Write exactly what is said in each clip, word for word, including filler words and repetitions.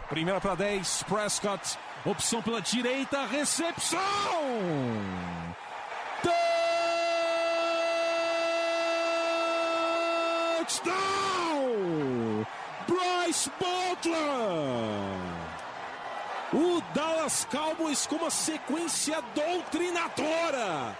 Primeira para dez, Prescott, opção pela direita, recepção! Touchdown! Bryce Butler! O Dallas Cowboys com uma sequência doutrinadora.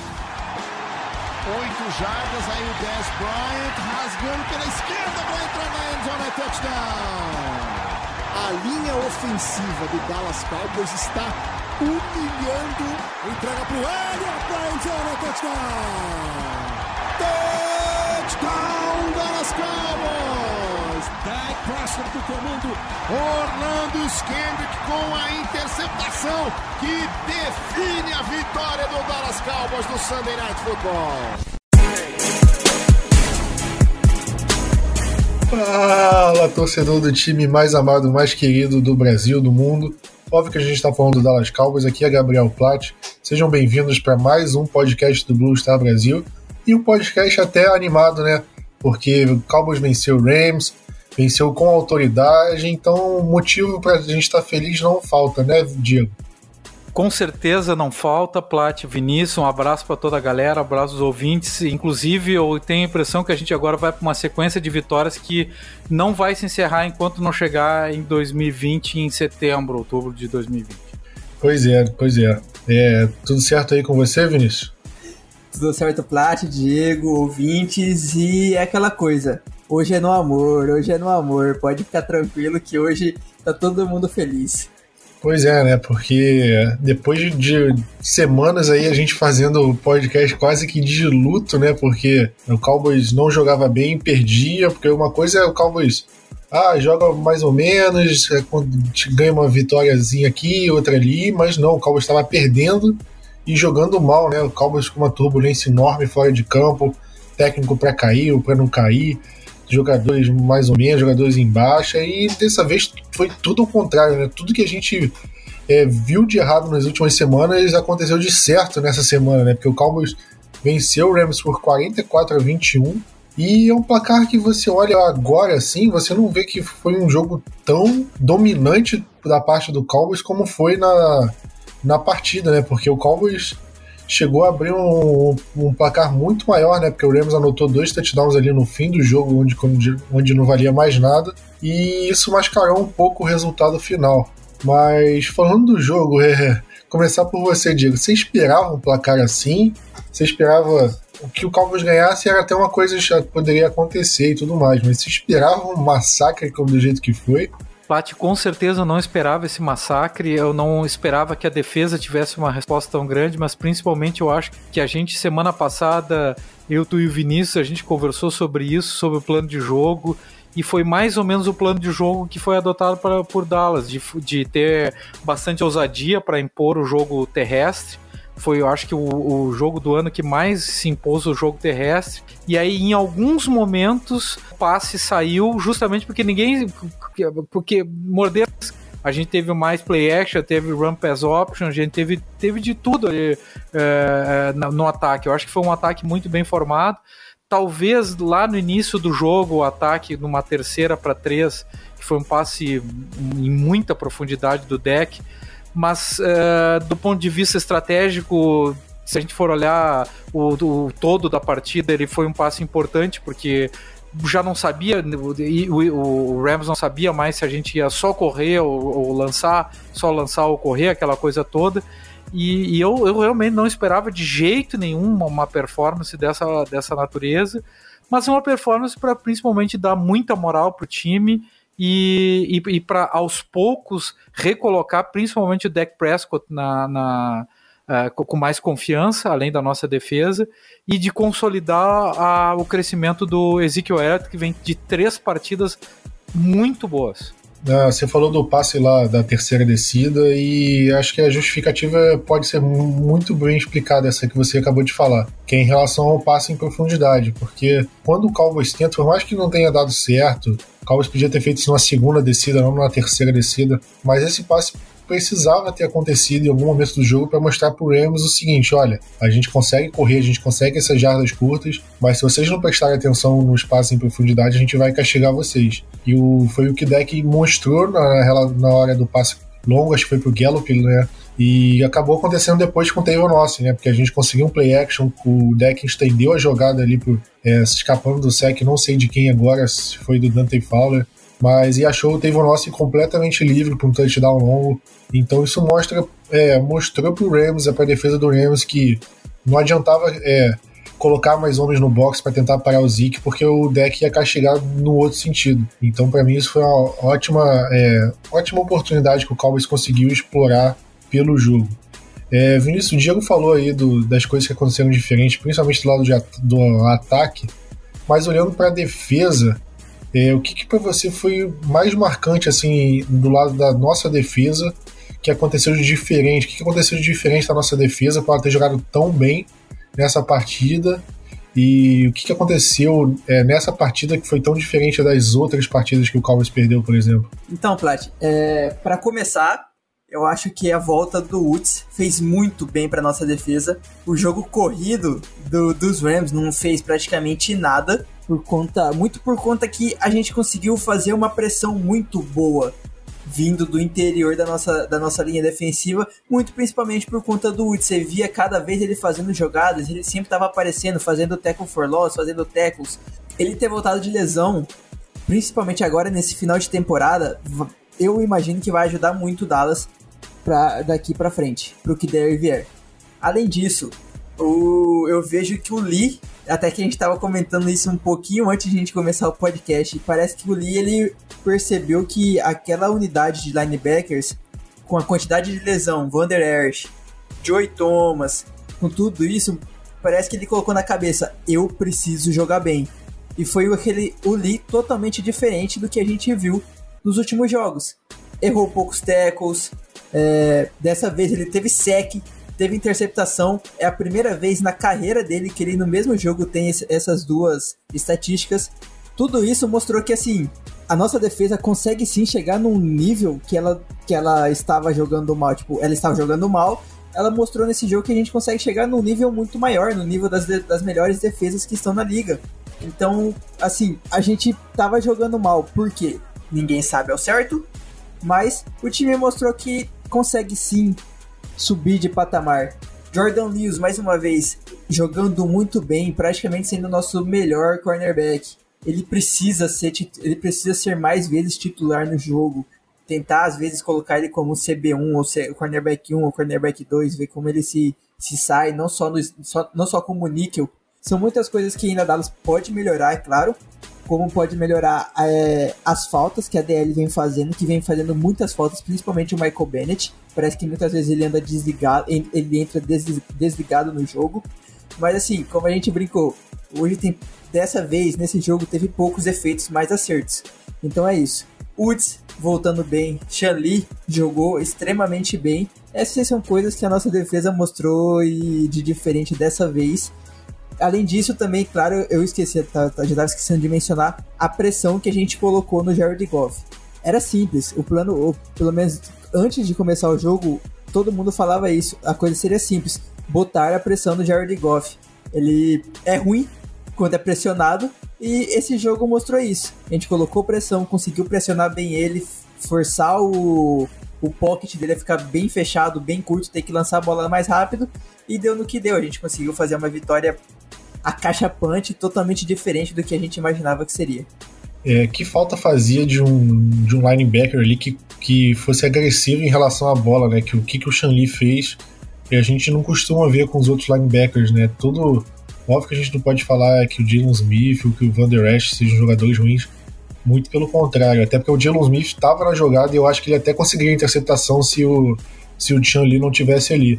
Oito jardas, aí o Dez Bryant rasgando pela esquerda para entrar na endzone, touchdown. A linha ofensiva do Dallas Cowboys está humilhando. Entrega pro Elliott para endzone, touchdown. Touchdown, Dallas Cowboys. Dak Prescott do comando. Orlando Scandrick com a interceptação que define a vitória do Dallas Cowboys no Sunday Night Football. Fala, torcedor do time mais amado, mais querido do Brasil, do mundo. Óbvio que a gente está falando do Dallas Cowboys, aqui é Gabriel Platt. Sejam bem-vindos para mais um podcast do Blue Star Brasil. E um podcast até animado, né? Porque o Cowboys venceu o Rams, venceu com autoridade, então motivo para a gente estar feliz não falta, né, Diego? Com certeza não falta, Plat, Vinícius, um abraço para toda a galera, abraço aos ouvintes. Inclusive, eu tenho a impressão que a gente agora vai para uma sequência de vitórias que não vai se encerrar enquanto não chegar em dois mil e vinte, em setembro, outubro de dois mil e vinte. Pois é, pois é. É tudo certo aí com você, Vinícius? Tudo certo, Plat, Diego, ouvintes, e é aquela coisa, hoje é no amor, hoje é no amor, pode ficar tranquilo que hoje tá todo mundo feliz. Pois é, né, porque depois de semanas aí a gente fazendo o podcast quase que de luto, né, porque o Cowboys não jogava bem, perdia, porque uma coisa é o Cowboys, ah, joga mais ou menos, ganha uma vitóriazinha aqui, outra ali, mas não, o Cowboys estava perdendo e jogando mal, né, o Cowboys com uma turbulência enorme fora de campo, técnico para cair ou para não cair, jogadores mais ou menos, jogadores em baixa, e dessa vez foi tudo ao contrário, né? Tudo que a gente é, viu de errado nas últimas semanas aconteceu de certo nessa semana, né? Porque o Cowboys venceu o Rams por quarenta e quatro a vinte e um, e é um placar que você olha agora assim, você não vê que foi um jogo tão dominante da parte do Cowboys como foi na, na partida, né? Porque o Cowboys chegou a abrir um, um placar muito maior, né? Porque o Rams anotou dois touchdowns ali no fim do jogo, onde, onde não valia mais nada, e isso mascarou um pouco o resultado final. Mas falando do jogo, é, começar por você, Diego. Você esperava um placar assim? Você esperava que o Cowboys ganhasse? Era até uma coisa que poderia acontecer e tudo mais, mas você esperava um massacre como do jeito que foi? Plat, com certeza eu não esperava esse massacre, eu não esperava que a defesa tivesse uma resposta tão grande, mas principalmente eu acho que a gente, semana passada, eu, tu e o Vinícius, a gente conversou sobre isso, sobre o plano de jogo, e foi mais ou menos o plano de jogo que foi adotado pra, por Dallas, de, de ter bastante ousadia para impor o jogo terrestre. Foi, eu acho que o, o jogo do ano que mais se impôs o jogo terrestre. E aí, em alguns momentos, o passe saiu justamente porque ninguém... Porque morder... A gente teve mais play action, teve run pass option, a gente teve, teve de tudo ali é, no ataque. Eu acho que foi um ataque muito bem formado. Talvez lá no início do jogo, o ataque numa terceira para três, que foi um passe em muita profundidade do deck. Mas uh, do ponto de vista estratégico, se a gente for olhar o, o todo da partida, ele foi um passo importante, porque já não sabia, o, o Rams não sabia mais se a gente ia só correr ou, ou lançar, só lançar ou correr, aquela coisa toda, e, e eu, eu realmente não esperava de jeito nenhum uma performance dessa, dessa natureza, mas uma performance para principalmente dar muita moral para o time, e, e, e para aos poucos recolocar principalmente o Dak Prescott na, na, uh, com mais confiança, além da nossa defesa, e de consolidar a, o crescimento do Ezekiel Elliott, que vem de três partidas muito boas. Ah, você falou do passe lá da terceira descida, e acho que a justificativa pode ser muito bem explicada, essa que você acabou de falar, que é em relação ao passe em profundidade, porque quando o Cowboys tenta, por mais que não tenha dado certo, o Cowboys podia ter feito isso numa segunda descida, não numa terceira descida, mas esse passe precisava ter acontecido em algum momento do jogo para mostrar pro Rams o seguinte: olha, a gente consegue correr, a gente consegue essas jardas curtas, mas se vocês não prestarem atenção no espaço em profundidade, a gente vai castigar vocês. E o, foi o que o Dak mostrou na, na hora do passe longo, acho que foi pro Gallup, né? E acabou acontecendo depois com o Tavon Austin, né? Porque a gente conseguiu um play action, o Dak estendeu a jogada ali pro, é, escapando do sec, não sei de quem agora, se foi do Dante Fowler, mas e achou o Tavon Austin completamente livre para um touchdown longo. Então isso mostra, é, mostrou pro Rams, é pra defesa do Rams, que não adiantava é, colocar mais homens no box para tentar parar o Zeke, porque o Dak ia castigar no outro sentido. Então para mim isso foi uma ótima, é, ótima oportunidade que o Cowboys conseguiu explorar pelo jogo. É, Vinícius, o Diego falou aí do, das coisas que aconteceram diferentes, principalmente do lado de, do ataque, mas olhando para a defesa, é, o que, que para você foi mais marcante assim do lado da nossa defesa que aconteceu de diferente? O que, que aconteceu de diferente da nossa defesa para ela ter jogado tão bem nessa partida? E o que, que aconteceu é, nessa partida que foi tão diferente das outras partidas que o Cowboys perdeu, por exemplo? Então, Plat, é, para começar, eu acho que a volta do Woods fez muito bem para nossa defesa. O jogo corrido do, dos Rams não fez praticamente nada, por conta, muito por conta que a gente conseguiu fazer uma pressão muito boa vindo do interior da nossa, da nossa linha defensiva, muito principalmente por conta do Woods. Você via cada vez ele fazendo jogadas, ele sempre estava aparecendo, fazendo tackle for loss, fazendo tackles. Ele ter voltado de lesão, principalmente agora nesse final de temporada, eu imagino que vai ajudar muito o Dallas pra, daqui pra frente, pro que der e vier. Além disso, o, eu vejo que o Lee, até que a gente tava comentando isso um pouquinho antes de a gente começar o podcast, parece que o Lee, ele percebeu que aquela unidade de linebackers, com a quantidade de lesão, Van Der Esch, Joey Thomas, com tudo isso, parece que ele colocou na cabeça, eu preciso jogar bem. E foi aquele, o Lee totalmente diferente do que a gente viu nos últimos jogos. Errou poucos tackles, é, dessa vez ele teve sec, teve interceptação. É a primeira vez na carreira dele que ele no mesmo jogo tem esse, essas duas estatísticas. Tudo isso mostrou que assim, a nossa defesa consegue sim chegar num nível que ela, que ela estava jogando mal. Tipo, ela estava jogando mal, ela mostrou nesse jogo que a gente consegue chegar num nível muito maior, no nível das, das melhores defesas que estão na liga. Então, assim, a gente tava jogando mal, por quê? Ninguém sabe ao certo, mas o time mostrou que consegue sim subir de patamar. Jordan Lewis, mais uma vez, jogando muito bem, praticamente sendo o nosso melhor cornerback. Ele precisa ser, ele precisa ser mais vezes titular no jogo. Tentar, às vezes, colocar ele como C B um, ou cornerback um, ou cornerback dois, ver como ele se, se sai, não só, no, só, não só como níquel. São muitas coisas que ainda Dallas pode melhorar, é claro. Como pode melhorar é, as faltas que a D L vem fazendo, que vem fazendo muitas faltas, principalmente o Michael Bennett. Parece que muitas vezes ele anda desligado, ele entra desligado no jogo. Mas assim, como a gente brincou, hoje tem, dessa vez, nesse jogo, teve poucos efeitos, mais acertos. Então é isso. Woods voltando bem, Sean Lee jogou extremamente bem. Essas são coisas que a nossa defesa mostrou e de diferente dessa vez. Além disso, também, claro, eu esqueci, tá, tá, já estava esquecendo de mencionar a pressão que a gente colocou no Jared Goff. Era simples, o plano, ou, pelo menos antes de começar o jogo, todo mundo falava isso, a coisa seria simples, botar a pressão no Jared Goff. Ele é ruim quando é pressionado, e esse jogo mostrou isso. A gente colocou pressão, conseguiu pressionar bem ele, forçar o, o pocket dele a ficar bem fechado, bem curto, ter que lançar a bola mais rápido, e deu no que deu. A gente conseguiu fazer uma vitória acachapante, totalmente diferente do que a gente imaginava que seria. É, que falta fazia de um, de um linebacker ali que, que fosse agressivo em relação à bola, né? Que o que, que o Sean Lee fez, e a gente não costuma ver com os outros linebackers, né? Tudo, óbvio que a gente não pode falar que o Jalen Smith ou que o Van Der Esch sejam jogadores ruins, muito pelo contrário, até porque o Jalen Smith estava na jogada e eu acho que ele até conseguiria interceptação se o, se o Sean Lee não tivesse ali.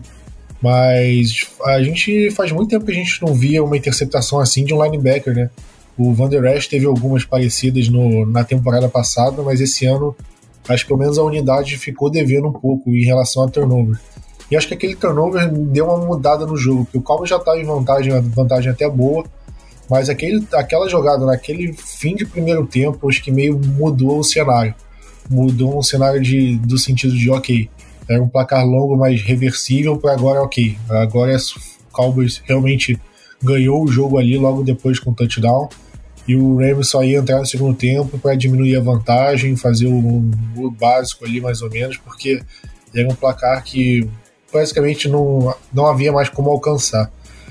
Mas a gente faz muito tempo que a gente não via uma interceptação assim de um linebacker, né? O Van Der Esch teve algumas parecidas no, na temporada passada, mas esse ano acho que pelo menos a unidade ficou devendo um pouco em relação a turnover. E acho que aquele turnover deu uma mudada no jogo, porque o Cowboys já estava em vantagem, vantagem até boa, mas aquele, aquela jogada naquele fim de primeiro tempo, acho que meio mudou o cenário. Mudou um cenário de, do sentido de, ok, Era um placar longo, mas reversível, para agora, ok. Agora o Cowboys realmente ganhou o jogo ali logo depois com o touchdown, e o Rams só ia entrar no segundo tempo para diminuir a vantagem, fazer o, o básico ali mais ou menos, porque era um placar que basicamente não, não havia mais como alcançar.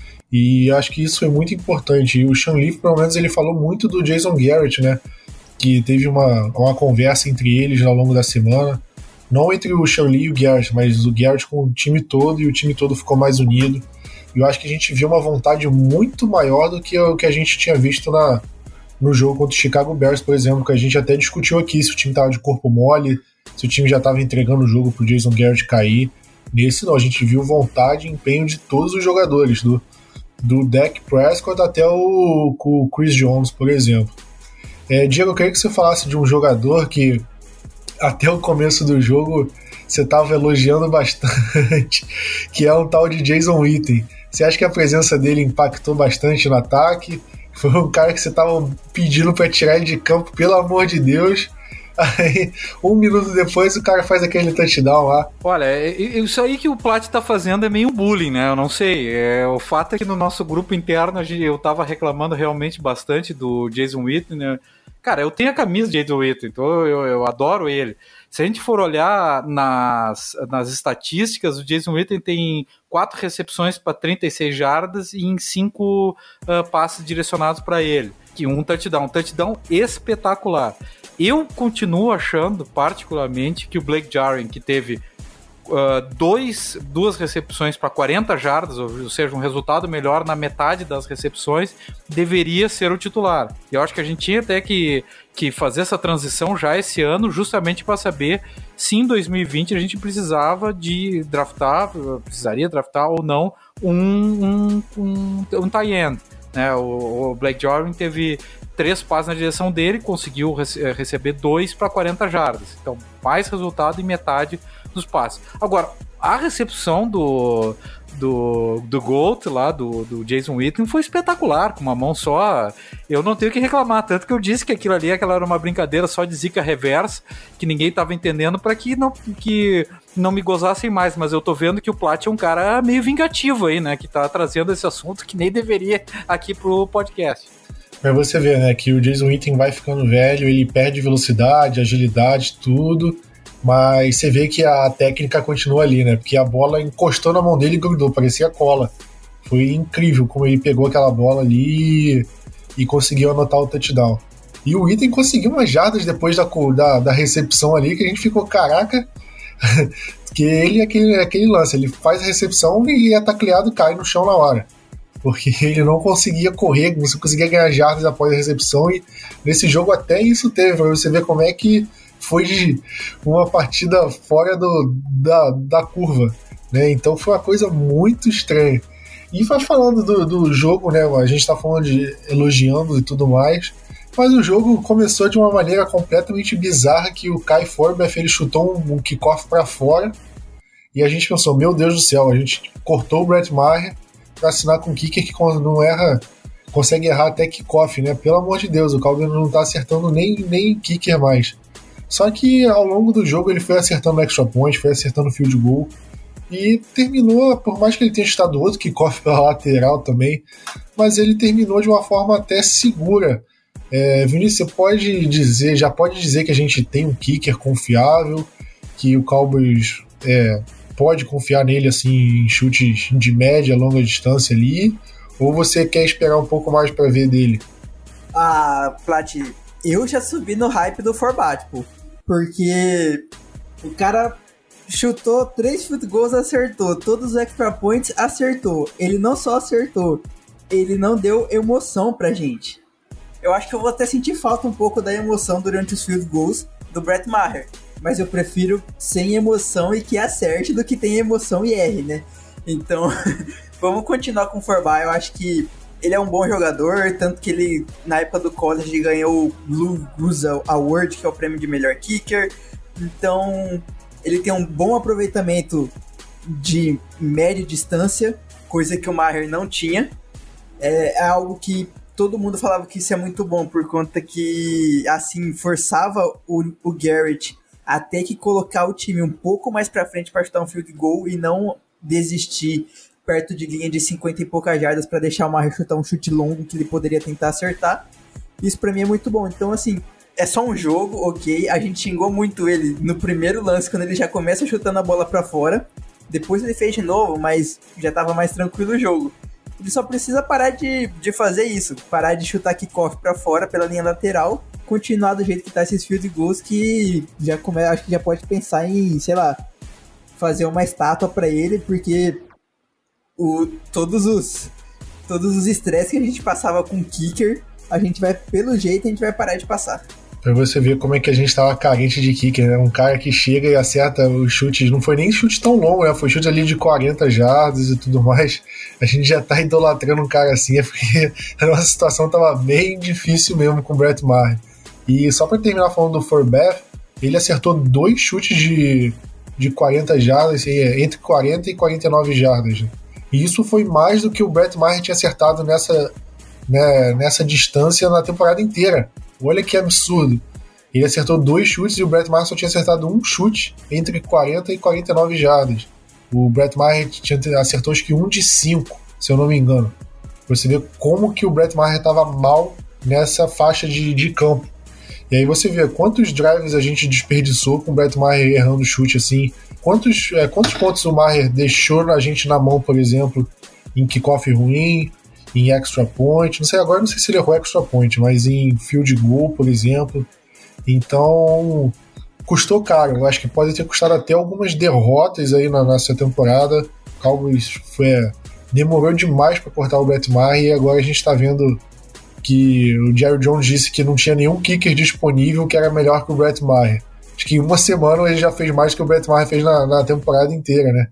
E acho que isso foi muito importante. E o Sean Leaf, pelo menos, ele falou muito do Jason Garrett, né? Que teve uma, uma conversa entre eles ao longo da semana. Não entre o Sean Lee e o Garrett, mas o Garrett com o time todo, e o time todo ficou mais unido. E eu acho que a gente viu uma vontade muito maior do que o que a gente tinha visto na, no jogo contra o Chicago Bears, por exemplo, que a gente até discutiu aqui se o time estava de corpo mole, se o time já estava entregando o jogo pro Jason Garrett cair. Nesse não, a gente viu vontade e empenho de todos os jogadores, do, do Dak Prescott até o, o Chris Jones, por exemplo. É, Diego, eu queria que você falasse de um jogador que até o começo do jogo você estava elogiando bastante, que é o tal de Jason Witten. Você acha que a presença dele impactou bastante no ataque? Foi um cara que você estava pedindo para tirar ele de campo, pelo amor de Deus. Aí, um minuto depois, o cara faz aquele touchdown lá. Olha, isso aí que o Plat tá fazendo é meio um bullying, né? Eu não sei. É, o fato é que no nosso grupo interno eu tava reclamando realmente bastante do Jason Witten, né? Cara, eu tenho a camisa de Jason Witten, então eu, eu adoro ele. Se a gente for olhar nas, nas estatísticas, o Jason Witten tem quatro recepções para trinta e seis jardas e em cinco uh, passes direcionados para ele. Que um touchdown, um touchdown espetacular. Eu continuo achando, particularmente, que o Blake Jarwin, que teve uh, dois, duas recepções para quarenta jardas, ou seja, um resultado melhor na metade das recepções, deveria ser o titular. E eu acho que a gente tinha até que, que fazer essa transição já esse ano, justamente para saber se em dois mil e vinte a gente precisava de draftar, precisaria draftar ou não um, um, um, um tie end. Né? O, o Blake Jarwin teve três passes na direção dele, conseguiu rece- receber dois para quarenta jardas. Então, mais resultado em metade dos passes. Agora, a recepção do, do, do Gold lá, do, do Jason Witten, foi espetacular, com uma mão só. Eu não tenho o que reclamar, tanto que eu disse que aquilo ali aquela era uma brincadeira só de zica reversa, que ninguém estava entendendo, para que não, que não me gozassem mais, mas eu tô vendo que o Plat é um cara meio vingativo aí, né, que tá trazendo esse assunto que nem deveria aqui pro podcast. Pra você ver, né, que o Jason Witten vai ficando velho, ele perde velocidade, agilidade, tudo, mas você vê que a técnica continua ali, né, porque a bola encostou na mão dele e grudou, parecia cola. Foi incrível como ele pegou aquela bola ali e, e conseguiu anotar o touchdown. E o Witten conseguiu umas jardas depois da, da, da recepção ali, que a gente ficou, caraca, que ele é aquele, aquele lance, ele faz a recepção e é tacleado, cai no chão na hora. Porque ele não conseguia correr, não conseguia ganhar jardas após a recepção, e nesse jogo até isso teve, pra você ver como é que foi de uma partida fora do, da, da curva, né? Então foi uma coisa muito estranha. E vai falando do, do jogo, né? A gente tá falando de elogiando e tudo mais, mas o jogo começou de uma maneira completamente bizarra, que o Kai Forbath, ele chutou um, um kickoff para fora, e a gente pensou, meu Deus do céu, a gente cortou o Brett Maher para assinar com o kicker que não erra, consegue errar até kickoff, né? Pelo amor de Deus, o Cowboys não tá acertando nem, nem kicker mais. Só que ao longo do jogo ele foi acertando extra point, foi acertando field goal, e terminou, por mais que ele tenha chutado outro kickoff pela lateral também, mas ele terminou de uma forma até segura. É, Vinícius, você pode dizer, já pode dizer que a gente tem um kicker confiável, que o Cowboys é, pode confiar nele assim em chutes de média, longa distância ali, ou você quer esperar um pouco mais para ver dele? Ah, Plat, eu já subi no hype do Forbath, pô, porque o cara chutou três field goals, acertou, todos os extra points acertou, ele não só acertou, ele não deu emoção pra gente. Eu acho que eu vou até sentir falta um pouco da emoção durante os field goals do Brett Maher, mas eu prefiro sem emoção e que acerte do que tem emoção e erre, né? Então, vamos continuar com o Forbath. Eu acho que ele é um bom jogador, tanto que ele, na época do college, ganhou o Blue Goose Award, que é o prêmio de melhor kicker. Então, ele tem um bom aproveitamento de média distância, coisa que o Maher não tinha. É, é algo que todo mundo falava que isso é muito bom, por conta que, assim, forçava o, o Garrett a ter que colocar o time um pouco mais pra frente para chutar um field goal e não desistir perto de linha de cinquenta e poucas jardas para deixar o Maher chutar um chute longo que ele poderia tentar acertar. Isso pra mim é muito bom. Então, assim, é só um jogo, ok. A gente xingou muito ele no primeiro lance, quando ele já começa chutando a bola pra fora. Depois ele fez de novo, mas já tava mais tranquilo o jogo. Ele só precisa parar de, de fazer isso. Parar de chutar kickoff pra fora pela linha lateral. Continuar do jeito que tá esses field goals, que já come, acho que já pode pensar em, sei lá, fazer uma estátua pra ele, porque o, todos os todos os estresses que a gente passava com o kicker, a gente vai, pelo jeito, a gente vai parar de passar. Pra você ver como é que a gente tava carente de kicker, né? Um cara que chega e acerta os chutes, não foi nem chute tão longo, né? Foi chute ali de quarenta jardas e tudo mais. A gente já tá idolatrando um cara assim, é porque a nossa situação tava bem difícil mesmo com o Brett Maher. E só pra terminar falando do Forbath, ele acertou dois chutes de, de quarenta jardas, entre quarenta e quarenta e nove jardas. E isso foi mais do que o Brett Maher tinha acertado nessa, né, nessa distância na temporada inteira. Olha que absurdo. Ele acertou dois chutes e o Brett Maher só tinha acertado um chute entre quarenta e quarenta e nove jardas. O Brett Maher tinha, acertou acho que um de cinco, se eu não me engano. Você vê como que o Brett Maher estava mal nessa faixa de, de campo. E aí você vê quantos drives a gente desperdiçou com o Brett Maher errando chute assim. Quantos, é, quantos pontos o Maher deixou a gente na mão, por exemplo, em kickoff ruim, em extra point, não sei, agora não sei se ele errou extra point, mas em field goal, por exemplo. Então, custou caro. Eu acho que pode ter custado até algumas derrotas aí na nossa temporada. O Cowboys foi, demorou demais para cortar o Brett Maher e agora a gente está vendo que o Jerry Jones disse que não tinha nenhum kicker disponível que era melhor que o Brett Maher. Acho que em uma semana ele já fez mais que o Brett Maher fez na, na temporada inteira, né?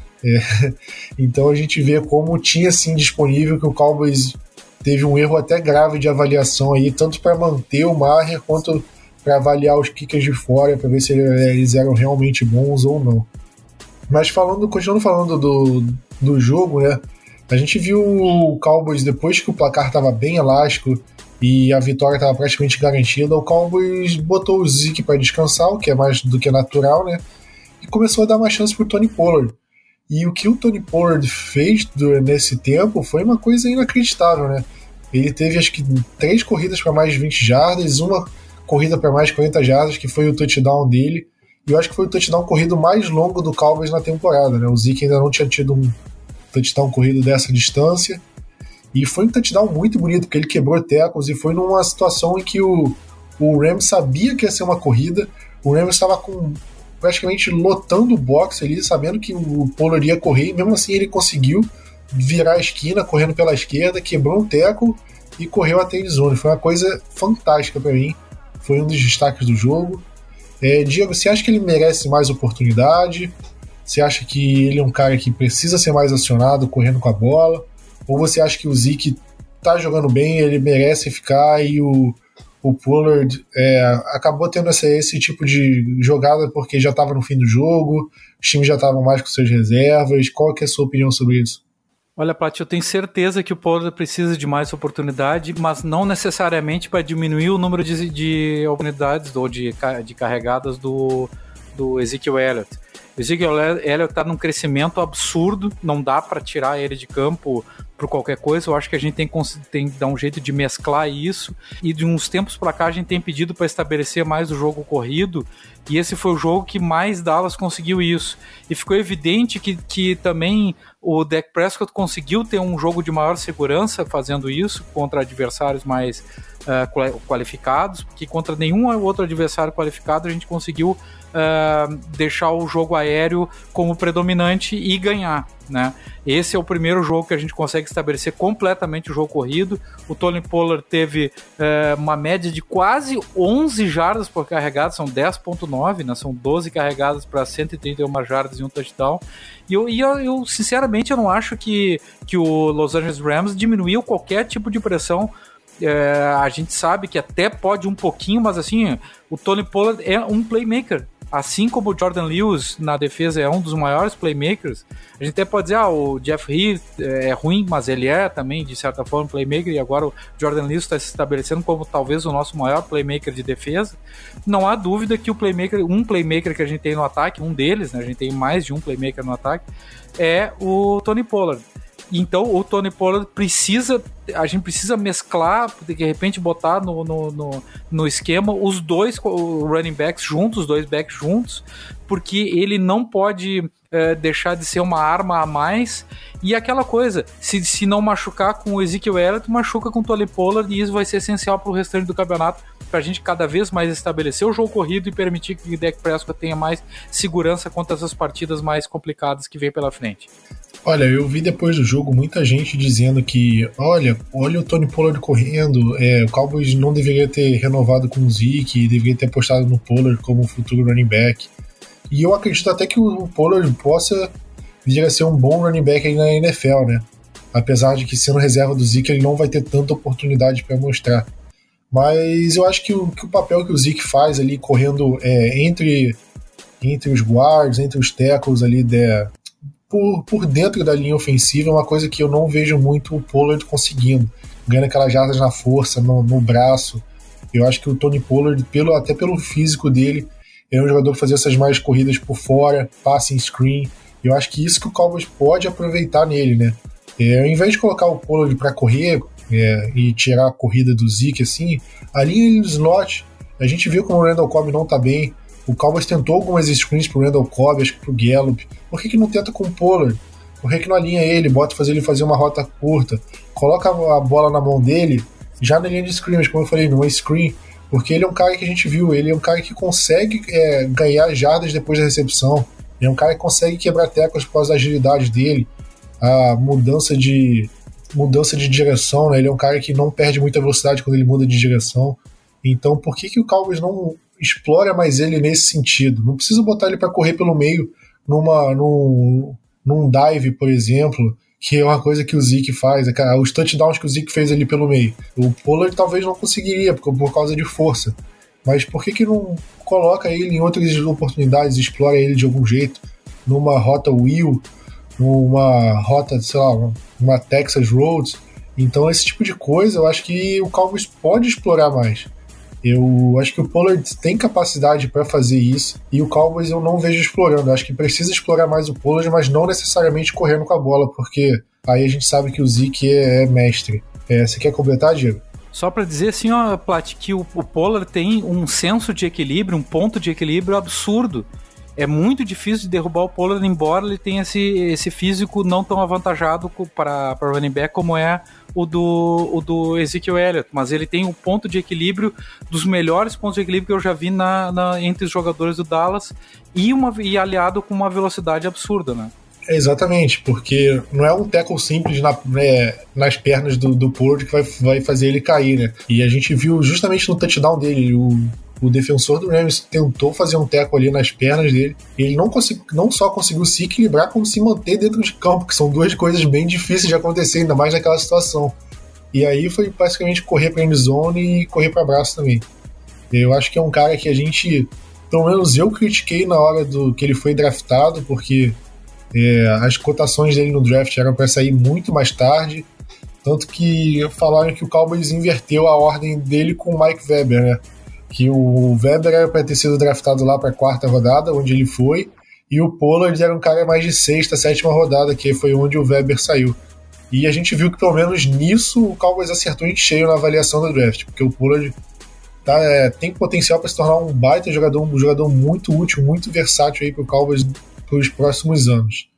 É. Então a gente vê como tinha sim disponível, que o Cowboys teve um erro até grave de avaliação aí, tanto para manter o Maher quanto para avaliar os kickers de fora, para ver se eles eram realmente bons ou não. Mas falando, continuando falando do, do jogo, né? A gente viu o Cowboys, depois que o placar estava bem elástico e a vitória estava praticamente garantida, o Cowboys botou o Zeke para descansar, o que é mais do que natural, né? E começou a dar uma chance para o Tony Pollard. E o que o Tony Pollard fez nesse tempo foi uma coisa inacreditável, né? Ele teve acho que três corridas para mais de vinte jardas, uma corrida para mais de quarenta jardas, que foi o touchdown dele. E eu acho que foi o touchdown corrido mais longo do Cowboys na temporada, né? O Zeke ainda não tinha tido um touchdown corrido dessa distância. E foi um touchdown muito bonito, porque ele quebrou tackles e foi numa situação em que o, o Rams sabia que ia ser uma corrida. O Rams estava com praticamente lotando o box ali, sabendo que o Pollard ia correr, e mesmo assim ele conseguiu virar a esquina, correndo pela esquerda, quebrou um tackle e correu até a zone. Foi uma coisa fantástica para mim, foi um dos destaques do jogo. É, Diego, você acha que ele merece mais oportunidade? Você acha que ele é um cara que precisa ser mais acionado, correndo com a bola? Ou você acha que o Zeke tá jogando bem, ele merece ficar e o O Pollard é, acabou tendo esse, esse tipo de jogada porque já estava no fim do jogo, os times já estavam mais com suas reservas? Qual que é a sua opinião sobre isso? Olha, Plat, eu tenho certeza que o Pollard precisa de mais oportunidade, mas não necessariamente para diminuir o número de, de oportunidades ou de, de carregadas do, do Ezekiel Elliott. O Ezekiel Elliott está num crescimento absurdo, não dá para tirar ele de campo por qualquer coisa. Eu acho que a gente tem, tem que dar um jeito de mesclar isso, e de uns tempos para cá a gente tem pedido para estabelecer mais o jogo corrido, e esse foi o jogo que mais Dallas conseguiu isso, e ficou evidente que, que também o Dak Prescott conseguiu ter um jogo de maior segurança fazendo isso contra adversários mais uh, qualificados, porque contra nenhum outro adversário qualificado a gente conseguiu uh, deixar o jogo aéreo como predominante e ganhar, né? Esse é o primeiro jogo que a gente consegue estabelecer completamente o jogo corrido. O Tony Pollard teve uh, uma média de quase onze jardas por carregada, são dez vírgula nove, né? São doze carregadas para cento e trinta e uma jardas e um touchdown. E eu, e eu, eu sinceramente eu não acho que, que o Los Angeles Rams diminuiu qualquer tipo de pressão. É, a gente sabe que até pode um pouquinho, mas assim, o Tony Pollard é um playmaker. assim como o Jordan Lewis na defesa é um dos maiores playmakers, a gente até pode dizer, ah, o Jeff Heath é ruim, mas ele é também, de certa forma, playmaker, e agora o Jordan Lewis está se estabelecendo como talvez o nosso maior playmaker de defesa. Não há dúvida que o playmaker, um playmaker que a gente tem no ataque, um deles, né, a gente tem mais de um playmaker no ataque, é o Tony Pollard. Então o Tony Pollard precisa, a gente precisa mesclar, de repente botar no, no, no, no esquema os dois running backs juntos, os dois backs juntos, porque ele não pode é, deixar de ser uma arma a mais. E aquela coisa, se, se não machucar com o Ezekiel Elliott, machuca com o Tony Pollard, e isso vai ser essencial para o restante do campeonato, para a gente cada vez mais estabelecer o jogo corrido e permitir que o Dak Prescott tenha mais segurança contra essas partidas mais complicadas que vem pela frente. Olha, eu vi depois do jogo muita gente dizendo que, olha, olha o Tony Pollard correndo, é, o Cowboys não deveria ter renovado com o Zeke, deveria ter apostado no Pollard como futuro running back. E eu acredito até que o Pollard possa vir a ser um bom running back aí na N F L, né? Apesar de que sendo reserva do Zeke ele não vai ter tanta oportunidade para mostrar. Mas eu acho que o, que o papel que o Zeke faz ali correndo é, entre, entre os guards, entre os tackles ali de, por, por dentro da linha ofensiva é uma coisa que eu não vejo muito o Pollard conseguindo, ganhando aquelas jardas na força, no, no braço. Eu acho que o Tony Pollard, pelo, até pelo físico dele, é um jogador que fazia essas mais corridas por fora, passing screen. Eu acho que isso que o Cowboys pode aproveitar nele, né? É, ao invés de colocar o Pollard para correr é, e tirar a corrida do Zeke, assim, ali no slot, a gente viu como o Randall Cobb não tá bem. O Cowboys tentou algumas screens pro Randall Cobb, acho que pro Gallup. Por que que não tenta com o Pollard? Por que que não alinha ele, bota fazer ele fazer uma rota curta, coloca a bola na mão dele, já na linha de scrimmage, como eu falei, numa screen, porque ele é um cara que a gente viu, ele é um cara que consegue é, ganhar jardas depois da recepção, ele é um cara que consegue quebrar teclas por causa da agilidade dele, a mudança de, mudança de direção, né? Ele é um cara que não perde muita velocidade quando ele muda de direção. Então por que que o Cowboys não explora mais ele nesse sentido? Não precisa botar ele para correr pelo meio numa, num, num dive, por exemplo, que é uma coisa que o Zeke faz, os touchdowns que o Zeke fez ali pelo meio. O Pollard talvez não conseguiria por, por causa de força, mas por que que não coloca ele em outras oportunidades, explora ele de algum jeito, numa rota wheel, numa rota, sei lá, uma Texas Roads? Então esse tipo de coisa eu acho que o Cowboys pode explorar mais. Eu acho que o Pollard tem capacidade para fazer isso, e o Cowboys eu não vejo explorando. Eu acho que precisa explorar mais o Pollard, mas não necessariamente correndo com a bola, porque aí a gente sabe que o Zeke é, é mestre. É, você quer completar, Diego? Só para dizer assim, ó, Plat, que o, o Pollard tem um senso de equilíbrio, um ponto de equilíbrio absurdo. É muito difícil de derrubar o Pollard, embora ele tenha esse, esse físico não tão avantajado para running back como é o do, o do Ezekiel Elliott, mas ele tem um ponto de equilíbrio dos melhores pontos de equilíbrio que eu já vi na, na, entre os jogadores do Dallas, e, uma, e aliado com uma velocidade absurda, né? É exatamente, porque não é um tackle simples na, né, nas pernas do, do Pollard que vai, vai fazer ele cair, né? E a gente viu justamente no touchdown dele, o O defensor do Rams tentou fazer um tackle ali nas pernas dele, e ele não, consegui, não só conseguiu se equilibrar, como se manter dentro de campo, que são duas coisas bem difíceis de acontecer, ainda mais naquela situação. E aí foi basicamente correr para a endzone e correr para braço também. Eu acho que é um cara que a gente, pelo menos eu critiquei na hora do que ele foi draftado, porque é, as cotações dele no draft eram para sair muito mais tarde, tanto que falaram que o Cowboys inverteu a ordem dele com o Mike Weber, né? Que o Weber era para ter sido draftado lá para a quarta rodada, onde ele foi, e o Pollard era um cara mais de sexta, sétima rodada, que foi onde o Weber saiu. E a gente viu que pelo menos nisso o Cowboys acertou em cheio na avaliação do draft, porque o Pollard tá, é, tem potencial para se tornar um baita jogador, um jogador muito útil, muito versátil para o Cowboys para os próximos anos.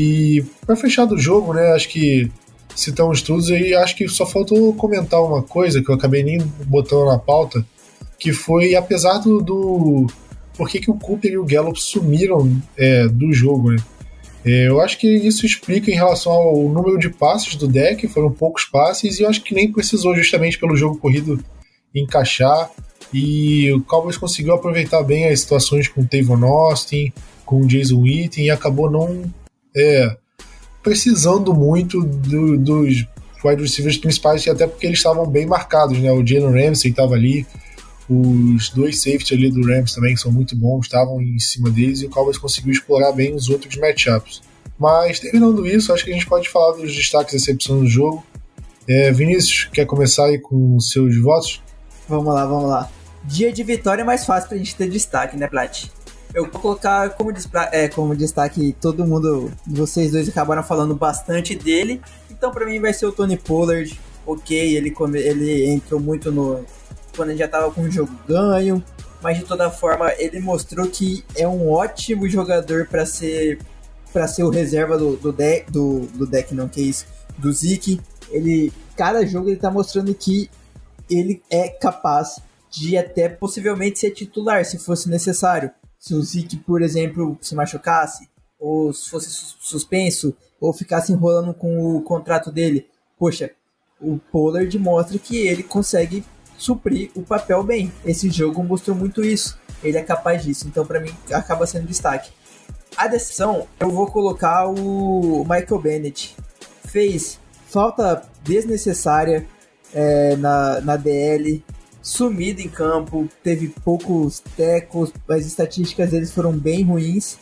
E para fechar do jogo, né, acho que citamos estudos aí, acho que só faltou comentar uma coisa que eu acabei nem botando na pauta, que foi, apesar do, do por que que o Cooper e o Gallup sumiram é, do jogo, né? É, eu acho que isso explica em relação ao número de passes do deck, foram poucos passes, e eu acho que nem precisou, justamente pelo jogo corrido, encaixar, e o Cowboys conseguiu aproveitar bem as situações com o Tavon Austin, com o Jason Witten, e acabou não é, precisando muito do, dos wide receivers principais, até porque eles estavam bem marcados, né? O Jalen Ramsey estava ali, Os dois safety ali do Rams também, que são muito bons, estavam em cima deles e o Cowboys conseguiu explorar bem os outros matchups. Mas, terminando isso, acho que a gente pode falar dos destaques e decepções do jogo. É, Vinícius, quer começar aí com os seus votos? Vamos lá, vamos lá. Dia de vitória é mais fácil pra gente ter destaque, né, Plat? Eu vou colocar como, é, como destaque, todo mundo, vocês dois acabaram falando bastante dele, então pra mim vai ser o Tony Pollard. Ok, ele, come, ele entrou muito no... quando ele já tava com o jogo ganho, mas de toda forma ele mostrou que é um ótimo jogador para ser para ser o reserva do, do, deck, do, do deck, não, que é isso, do Zeke. Ele, cada jogo ele tá mostrando que ele é capaz de até possivelmente ser titular, se fosse necessário. Se o Zeke, por exemplo, se machucasse, ou se fosse suspenso, ou ficasse enrolando com o contrato dele. Poxa, o Pollard mostra que ele consegue suprir o papel bem. Esse jogo mostrou muito isso. Ele é capaz disso, então pra mim acaba sendo destaque. A decisão, eu vou colocar o Michael Bennett. Fez falta desnecessária é, na, na D L, sumido em campo, teve poucos tackles, as estatísticas deles foram bem ruins,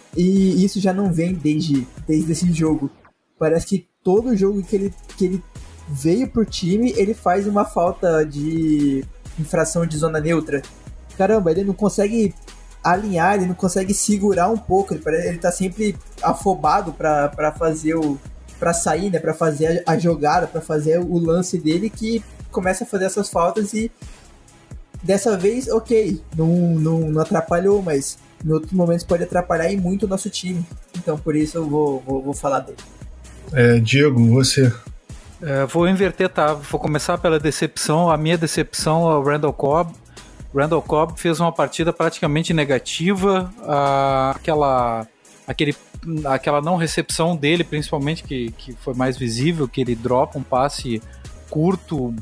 e isso já não vem desde, desde esse jogo. Parece que todo jogo que ele, que ele veio pro time, ele faz uma falta de infração de zona neutra. Caramba, ele não consegue alinhar, ele não consegue segurar um pouco, ele, parece, ele tá sempre afobado pra, pra fazer o... pra sair, né, pra fazer a, a jogada, pra fazer o lance dele, que começa a fazer essas faltas e dessa vez, ok, não, não, não atrapalhou, mas em outros momentos pode atrapalhar e muito o nosso time. Então por isso eu vou, vou, vou falar dele. É, Diego, você... É, vou inverter, tá? Vou começar pela decepção. A minha decepção é o Randall Cobb. Randall Cobb fez uma partida praticamente negativa. Ah, aquela, aquele, aquela não recepção dele, principalmente, que, que foi mais visível, que ele dropa um passe curto.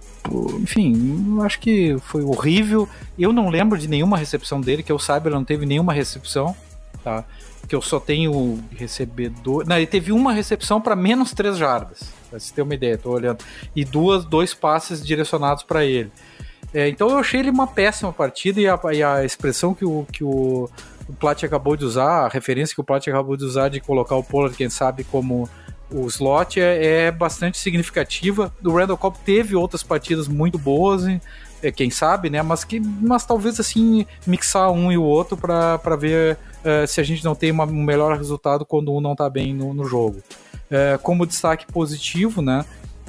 Enfim, acho que foi horrível. Eu não lembro de nenhuma recepção dele, que eu saiba, ele não teve nenhuma recepção, tá? Que eu só tenho recebedor. Não, ele teve uma recepção para menos três jardas, pra você ter uma ideia, tô olhando. E duas, dois passes direcionados para ele. É, então eu achei ele uma péssima partida, e a, e a expressão que o, que o, o Plat acabou de usar, a referência que o Plat acabou de usar de colocar o Pollard, quem sabe, como o slot, é, é bastante significativa. O Randall Cobb teve outras partidas muito boas, é, quem sabe, né? Mas, que, mas talvez assim mixar um e o outro para ver uh, se a gente não tem uma, um melhor resultado quando um não tá bem no, no jogo. Uh, como destaque positivo, né?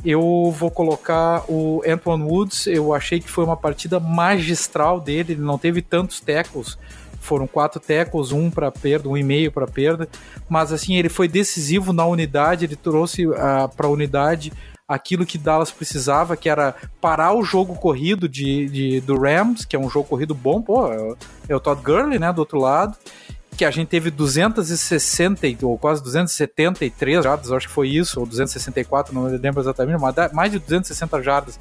Eu vou colocar o Antwaun Woods. Eu achei que foi uma partida magistral dele, ele não teve tantos tackles, foram quatro tackles, um para perda, um e meio para perda, mas assim, ele foi decisivo na unidade, ele trouxe uh, para a unidade aquilo que Dallas precisava, que era parar o jogo corrido de, de, do Rams, que é um jogo corrido bom, pô, é o Todd Gurley, né, do outro lado, que a gente teve duzentos e sessenta ou quase duzentos e setenta e três jardas, acho que foi isso, ou duzentos e sessenta e quatro, não lembro exatamente, mas mais de duzentos e sessenta jardas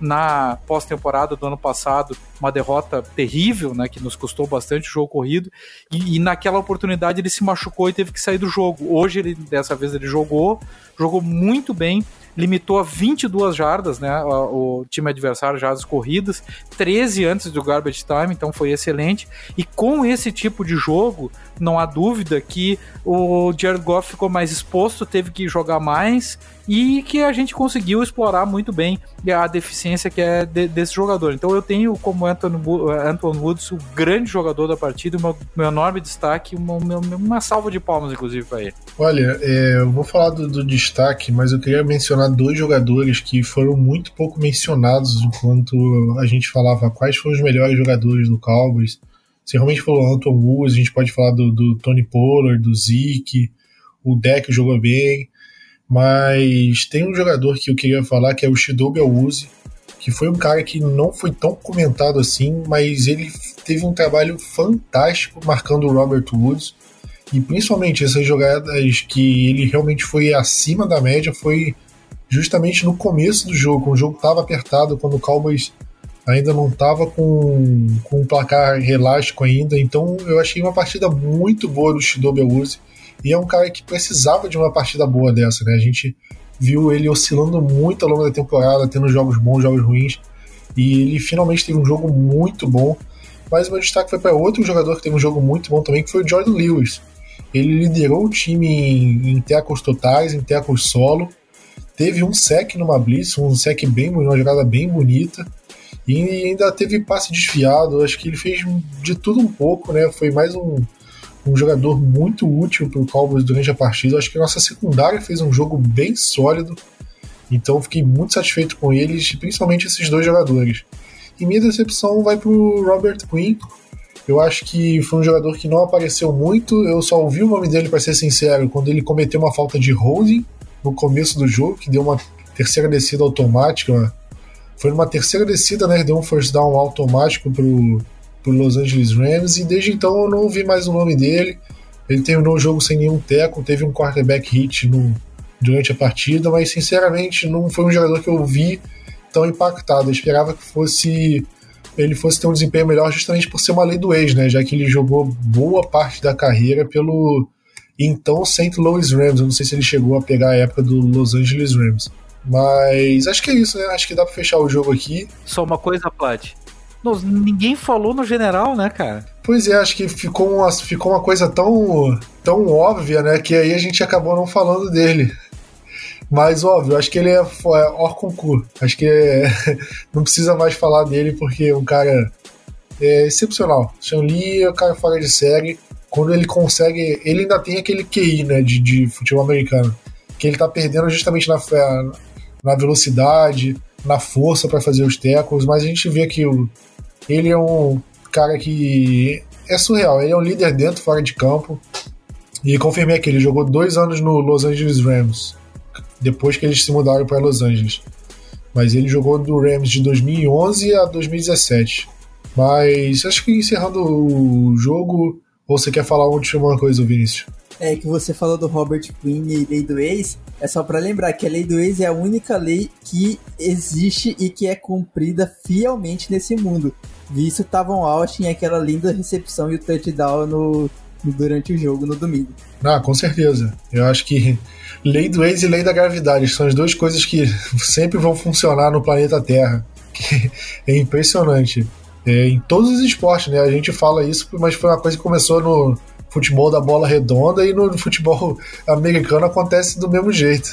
na pós-temporada do ano passado, uma derrota terrível, né, que nos custou bastante o jogo corrido, e, e naquela oportunidade ele se machucou e teve que sair do jogo. Hoje, ele, dessa vez, ele jogou, jogou muito bem, limitou a vinte e duas jardas, né, o time adversário, jardas corridas, treze antes do garbage time, então foi excelente, e com esse tipo de jogo, não há dúvida que o Jared Goff ficou mais exposto, teve que jogar mais, e que a gente conseguiu explorar muito bem a deficiência que é de, desse jogador. Então eu tenho como Antwaun Woods o grande jogador da partida, o meu, meu enorme destaque, uma, uma salva de palmas inclusive para ele. Olha, é, eu vou falar do, do destaque, mas eu queria mencionar dois jogadores que foram muito pouco mencionados enquanto a gente falava quais foram os melhores jogadores do Cowboys. Você realmente falou Antwaun Woods, a gente pode falar do, do Tony Pollard, do Zeke, o Dak jogou bem, mas tem um jogador que eu queria falar que é o Chidobe Awuzie, que foi um cara que não foi tão comentado assim, mas ele teve um trabalho fantástico marcando o Robert Woods, e principalmente essas jogadas que ele realmente foi acima da média foi justamente no começo do jogo, quando o jogo estava apertado, quando o Cowboys ainda não estava com, com um placar elástico ainda. Então eu achei uma partida muito boa do Chidobe Awuzie, e é um cara que precisava de uma partida boa dessa, né? A gente viu ele oscilando muito ao longo da temporada, tendo jogos bons, jogos ruins, e ele finalmente teve um jogo muito bom. Mas o meu destaque foi para outro jogador que teve um jogo muito bom também, que foi o Jordan Lewis. Ele liderou o time em, em tackles totais, em tackles solo, teve um sec numa blitz, um sec bem, uma jogada bem bonita, e ainda teve passe desviado. Acho que ele fez de tudo um pouco, né? Foi mais um, um jogador muito útil para o Cowboys durante a partida. Acho que a nossa secundária fez um jogo bem sólido, então fiquei muito satisfeito com eles, principalmente esses dois jogadores. E minha decepção vai pro Robert Quinn. Eu acho que foi um jogador que não apareceu muito. Eu só ouvi o nome dele, para ser sincero, quando ele cometeu uma falta de holding no começo do jogo, que deu uma terceira descida automática. Foi numa terceira descida, né? Deu um first down automático pro, pro Los Angeles Rams. E desde então eu não ouvi mais o nome dele. Ele terminou o jogo sem nenhum tackle, teve um quarterback hit no, durante a partida, mas sinceramente não foi um jogador que eu vi tão impactado. Eu esperava que fosse ele fosse ter um desempenho melhor justamente por ser uma lei do ex, né? Já que ele jogou boa parte da carreira pelo então Saint Louis Rams. Eu não sei se ele chegou a pegar a época do Los Angeles Rams, mas acho que é isso, né? Acho que dá pra fechar o jogo aqui. Só uma coisa, Plat, ninguém falou no general, né, cara? Pois é, acho que ficou uma, ficou uma coisa tão, tão óbvia, né? Que aí a gente acabou não falando dele. Mas, óbvio, acho que ele é, é hors concours. Acho que é, não precisa mais falar dele, porque é um cara é excepcional. Sean Lee é um cara fora de série. Quando ele consegue... Ele ainda tem aquele Q I, né, de, de futebol americano, que ele tá perdendo justamente na, na velocidade, na força para fazer os tackles, mas a gente vê que o, ele é um cara que é surreal. Ele é um líder dentro, fora de campo. E confirmei que ele jogou dois anos no Los Angeles Rams, depois que eles se mudaram para Los Angeles. Mas ele jogou do Rams de dois mil e onze a dois mil e dezessete. Mas acho que encerrando o jogo, ou você quer falar uma coisa, Vinícius? É que você falou do Robert Quinn e lei do ex. É só para lembrar que a lei do ex é a única lei que existe e que é cumprida fielmente nesse mundo. Visto Tavon Austin, aquela linda recepção e o touchdown no, no, durante o jogo no domingo. Ah, com certeza. Eu acho que lei do ex e lei da gravidade são as duas coisas que sempre vão funcionar no planeta Terra. É impressionante. É, em todos os esportes, né? A gente fala isso, mas foi uma coisa que começou no futebol da bola redonda e no futebol americano acontece do mesmo jeito.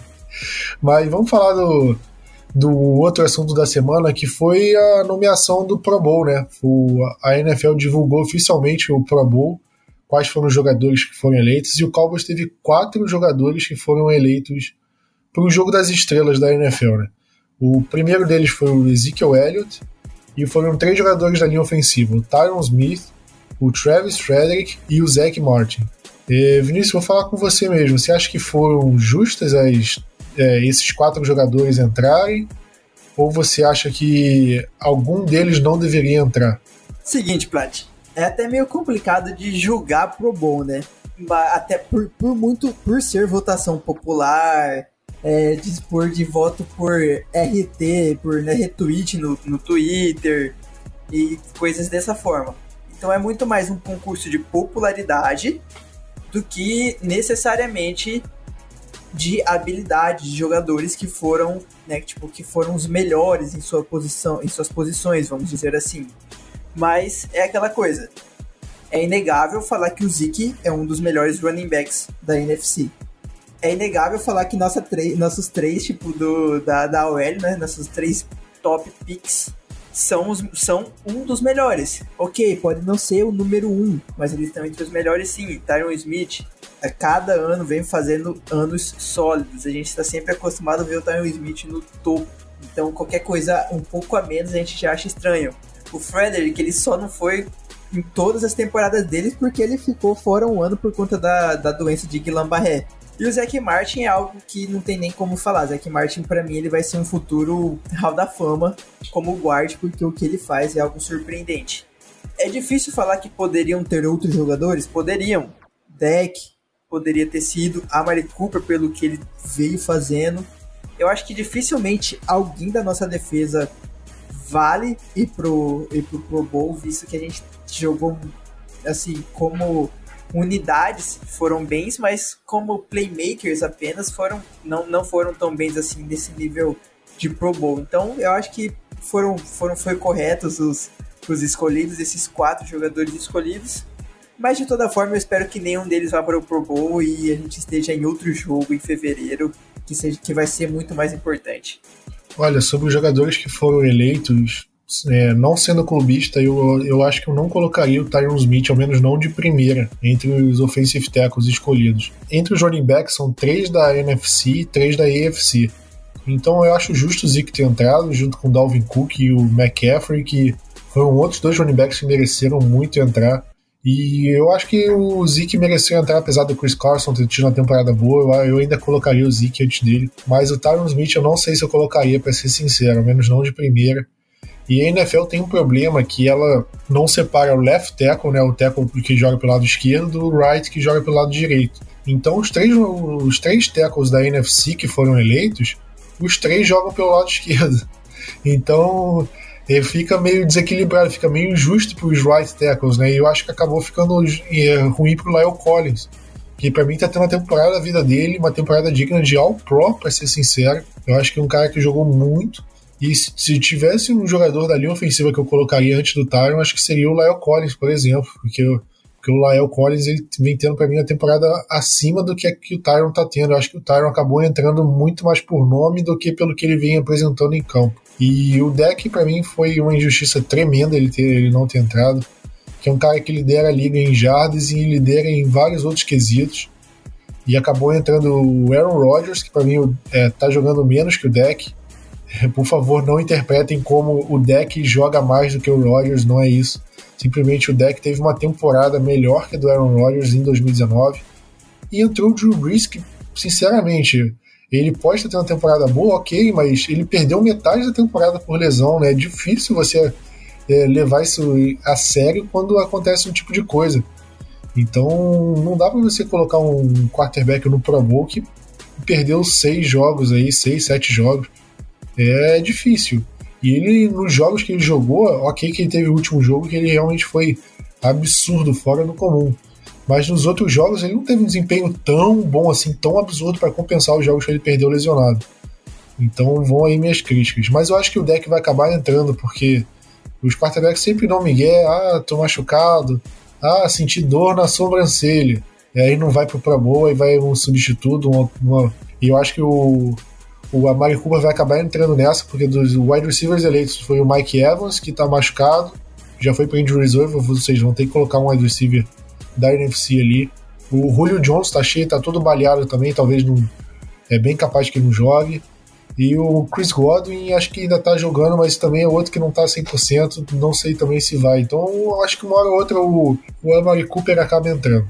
Mas vamos falar do, do outro assunto da semana, que foi a nomeação do Pro Bowl, né? O, a N F L divulgou oficialmente o Pro Bowl, quais foram os jogadores que foram eleitos, e o Cowboys teve quatro jogadores que foram eleitos para o Jogo das Estrelas da N F L, né? O primeiro deles foi o Ezekiel Elliott, e foram três jogadores da linha ofensiva, o Tyron Smith, o Travis Frederick e o Zach Martin. E, Vinícius, vou falar com você mesmo. Você acha que foram justas as, é, esses quatro jogadores entrarem? Ou você acha que algum deles não deveria entrar? Seguinte, Plat, é até meio complicado de julgar Pro Bowl, né? Até por, por muito por ser votação popular, é, dispor de voto por R T, por né, retweet no, no Twitter e coisas dessa forma. Então é muito mais um concurso de popularidade do que necessariamente de habilidade de jogadores que foram, né, tipo, que foram os melhores em sua posição, em suas posições, vamos dizer assim. Mas é aquela coisa. É inegável falar que o Zeke é um dos melhores running backs da N F C. É inegável falar que nossa três, nossos três, tipo, do, da, da O L, né, nossos três top picks São, os, são um dos melhores. Ok, pode não ser o número um, mas eles estão entre os melhores sim. Tyron Smith, a cada ano, vem fazendo anos sólidos. A gente está sempre acostumado a ver o Tyron Smith no topo. Então, qualquer coisa um pouco a menos a gente já acha estranho. O Frederick, ele só não foi em todas as temporadas deles porque ele ficou fora um ano por conta da, da doença de Guillain-Barré. E o Zach Martin é algo que não tem nem como falar. Zach Martin, pra mim, ele vai ser um futuro Hall da Fama como guard, porque o que ele faz é algo surpreendente. É difícil falar que poderiam ter outros jogadores? Poderiam. Dak poderia ter sido, Amari Cooper, pelo que ele veio fazendo. Eu acho que dificilmente alguém da nossa defesa vale ir pro, ir pro Pro Bowl, visto que a gente jogou, assim, como unidades foram bens, mas como playmakers apenas foram, não, não foram tão bens assim nesse nível de Pro Bowl. Então eu acho que foram, foram foi corretos os, os escolhidos, esses quatro jogadores escolhidos. Mas de toda forma eu espero que nenhum deles vá para o Pro Bowl e a gente esteja em outro jogo em fevereiro, que, seja, que vai ser muito mais importante. Olha, sobre os jogadores que foram eleitos, é, não sendo clubista, eu, eu acho que eu não colocaria o Tyron Smith, ao menos não de primeira, entre os offensive tackles escolhidos. Entre os running backs são três da N F C e três da A F C. Então eu acho justo o Zeke ter entrado, junto com o Dalvin Cook e o McCaffrey, que foram outros dois running backs que mereceram muito entrar. E eu acho que o Zeke mereceu entrar, apesar do Chris Carson ter tido uma temporada boa. Eu ainda colocaria o Zeke antes dele. Mas o Tyron Smith eu não sei se eu colocaria, para ser sincero, ao menos não de primeira. E a N F L tem um problema que ela não separa o left tackle, né, o tackle que joga pelo lado esquerdo, do right que joga pelo lado direito. Então os três, os três tackles da N F C que foram eleitos, os três jogam pelo lado esquerdo. Então ele fica meio desequilibrado, fica meio injusto para os right tackles, né? E eu acho que acabou ficando é, ruim para o La'el Collins, que para mim está tendo uma temporada da vida dele, uma temporada digna de All-Pro, para ser sincero. Eu acho que é um cara que jogou muito. E se, se tivesse um jogador da linha ofensiva que eu colocaria antes do Tyron, acho que seria o La'el Collins, por exemplo, porque, eu, porque o La'el Collins ele vem tendo para mim uma temporada acima do que, a, que o Tyron está tendo. Eu acho que o Tyron acabou entrando muito mais por nome do que pelo que ele vem apresentando em campo. E o Dak, para mim, foi uma injustiça tremenda ele, ter, ele não ter entrado, que é um cara que lidera a liga em jardas e lidera em vários outros quesitos. E acabou entrando o Aaron Rodgers, que para mim é, tá jogando menos que o Dak. Por favor, não interpretem como o Dak joga mais do que o Rodgers, não é isso. Simplesmente o Dak teve uma temporada melhor que a do Aaron Rodgers em dois mil e dezenove. E entrou o Drew Brees, que, sinceramente, ele pode ter uma temporada boa, ok, mas ele perdeu metade da temporada por lesão, né? É difícil você é, levar isso a sério quando acontece um tipo de coisa. Então, não dá para você colocar um quarterback no Pro Bowl que perdeu seis jogos aí, seis, sete jogos. É difícil. E ele, nos jogos que ele jogou, ok que ele teve o último jogo que ele realmente foi absurdo, fora do comum. Mas nos outros jogos ele não teve um desempenho tão bom assim, tão absurdo para compensar os jogos que ele perdeu lesionado. Então vão aí minhas críticas. Mas eu acho que o Dak vai acabar entrando, porque os quarterbacks sempre dão migué, ah, tô machucado, ah, senti dor na sobrancelha. E aí não vai pro Pro Bowl, aí vai um substituto, uma, uma... e eu acho que o O Amari Cooper vai acabar entrando nessa, porque dos wide receivers eleitos foi o Mike Evans, que tá machucado, já foi para injury reserve, vocês vão ter que colocar um wide receiver da N F C ali. O Julio Jones tá cheio, tá todo baleado também, talvez não, é bem capaz que não jogue. E o Chris Godwin acho que ainda tá jogando, mas também é outro que não tá cem por cento, não sei também se vai. Então eu acho que uma hora ou outra o, o Amari Cooper acaba entrando.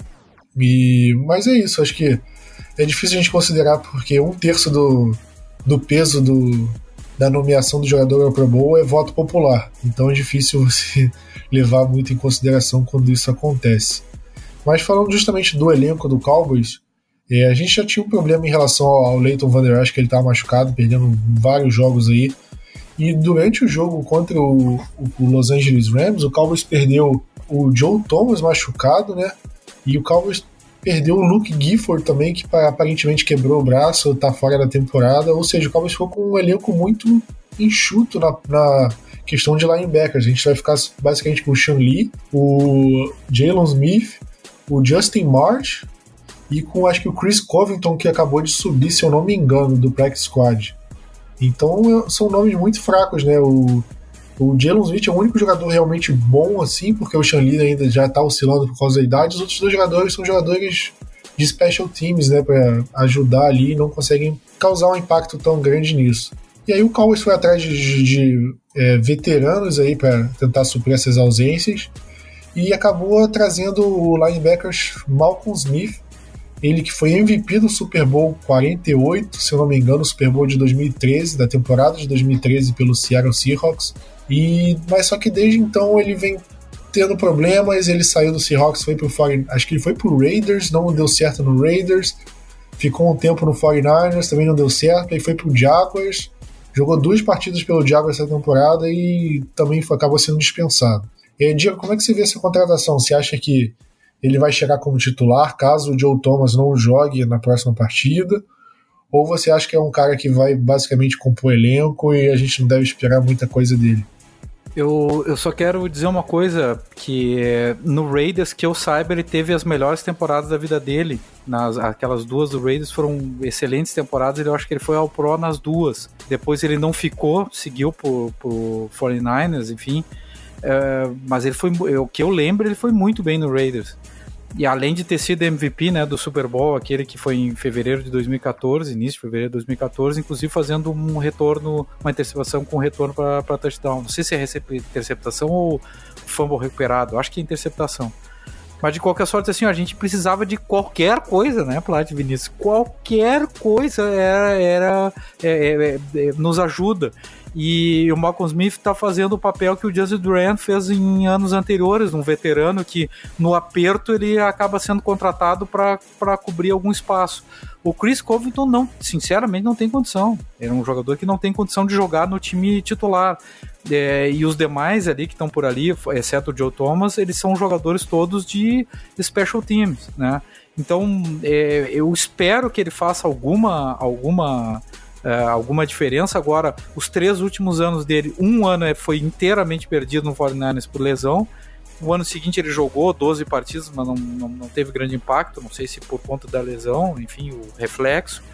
E, mas é isso, acho que é difícil a gente considerar, porque um terço do do peso do, da nomeação do jogador ao Pro Bowl é voto popular, então é difícil você levar muito em consideração quando isso acontece. Mas falando justamente do elenco do Cowboys, é, a gente já tinha um problema em relação ao, ao Leighton Vander Esch, que ele estava machucado, perdendo vários jogos aí, e durante o jogo contra o, o, o Los Angeles Rams, o Cowboys perdeu o Joe Thomas machucado, né, e o Cowboys perdeu o Luke Gifford também, que aparentemente quebrou o braço, está fora da temporada. Ou seja, o Cowboys ficou com um elenco muito enxuto na, na questão de linebackers. A gente vai ficar basicamente com o Sean Lee, o Jalen Smith, o Justin March e com acho que o Chris Covington, que acabou de subir, se eu não me engano, do practice squad. Então são nomes muito fracos, né? O O Jalen Smith é o único jogador realmente bom assim, porque o Sean Lee ainda já está oscilando por causa da idade. Os outros dois jogadores são jogadores de special teams, né, para ajudar ali, e não conseguem causar um impacto tão grande nisso. E aí o Cowboys foi atrás de, de, de é, veteranos aí para tentar suprir essas ausências e acabou trazendo o linebacker Malcolm Smith, ele que foi M V P do Super Bowl quarenta e oito, se eu não me engano, o Super Bowl de dois mil e treze, da temporada de dois mil e treze pelo Seattle Seahawks. E, mas só que desde então ele vem tendo problemas, ele saiu do Seahawks, foi pro acho que ele foi pro Raiders, não deu certo no Raiders, ficou um tempo no forty-niners, também não deu certo, aí foi pro Jaguars, jogou duas partidas pelo Jaguars essa temporada e também foi, acabou sendo dispensado. E aí, Diego, como é que você vê essa contratação? Você acha que ele vai chegar como titular caso o Joe Thomas não jogue na próxima partida? Ou você acha que é um cara que vai basicamente compor elenco e a gente não deve esperar muita coisa dele? Eu, eu só quero dizer uma coisa, que no Raiders, que eu saiba, ele teve as melhores temporadas da vida dele. Nas, aquelas duas do Raiders foram excelentes temporadas, eu acho que ele foi ao Pro nas duas. Depois ele não ficou, seguiu pro, pro quarenta e nine ers, enfim. É, mas ele foi, o que eu lembro, ele foi muito bem no Raiders. E além de ter sido M V P, né, do Super Bowl, aquele que foi em fevereiro de dois mil e catorze, início de fevereiro de dois mil e catorze, inclusive fazendo um retorno, uma interceptação com retorno para touchdown. Não sei se é interceptação ou fumble recuperado, acho que é interceptação. Mas de qualquer sorte, assim, a gente precisava de qualquer coisa, né, Plat, Vinícius? Qualquer coisa era, era é, é, é, nos ajuda. E o Malcolm Smith está fazendo o papel que o Justin Durant fez em anos anteriores, um veterano que no aperto ele acaba sendo contratado para cobrir algum espaço. O Chris Covington, não, sinceramente, não tem condição. Ele é um jogador que não tem condição de jogar no time titular. É, e os demais ali que estão por ali, exceto o Joe Thomas, eles são jogadores todos de special teams, né? Então, é, eu espero que ele faça alguma... alguma Uh, alguma diferença. Agora, os três últimos anos dele, um ano foi inteiramente perdido no quarenta e nine ers por lesão. O ano seguinte ele jogou doze partidas, mas não, não, não teve grande impacto, não sei se por conta da lesão, enfim, o reflexo.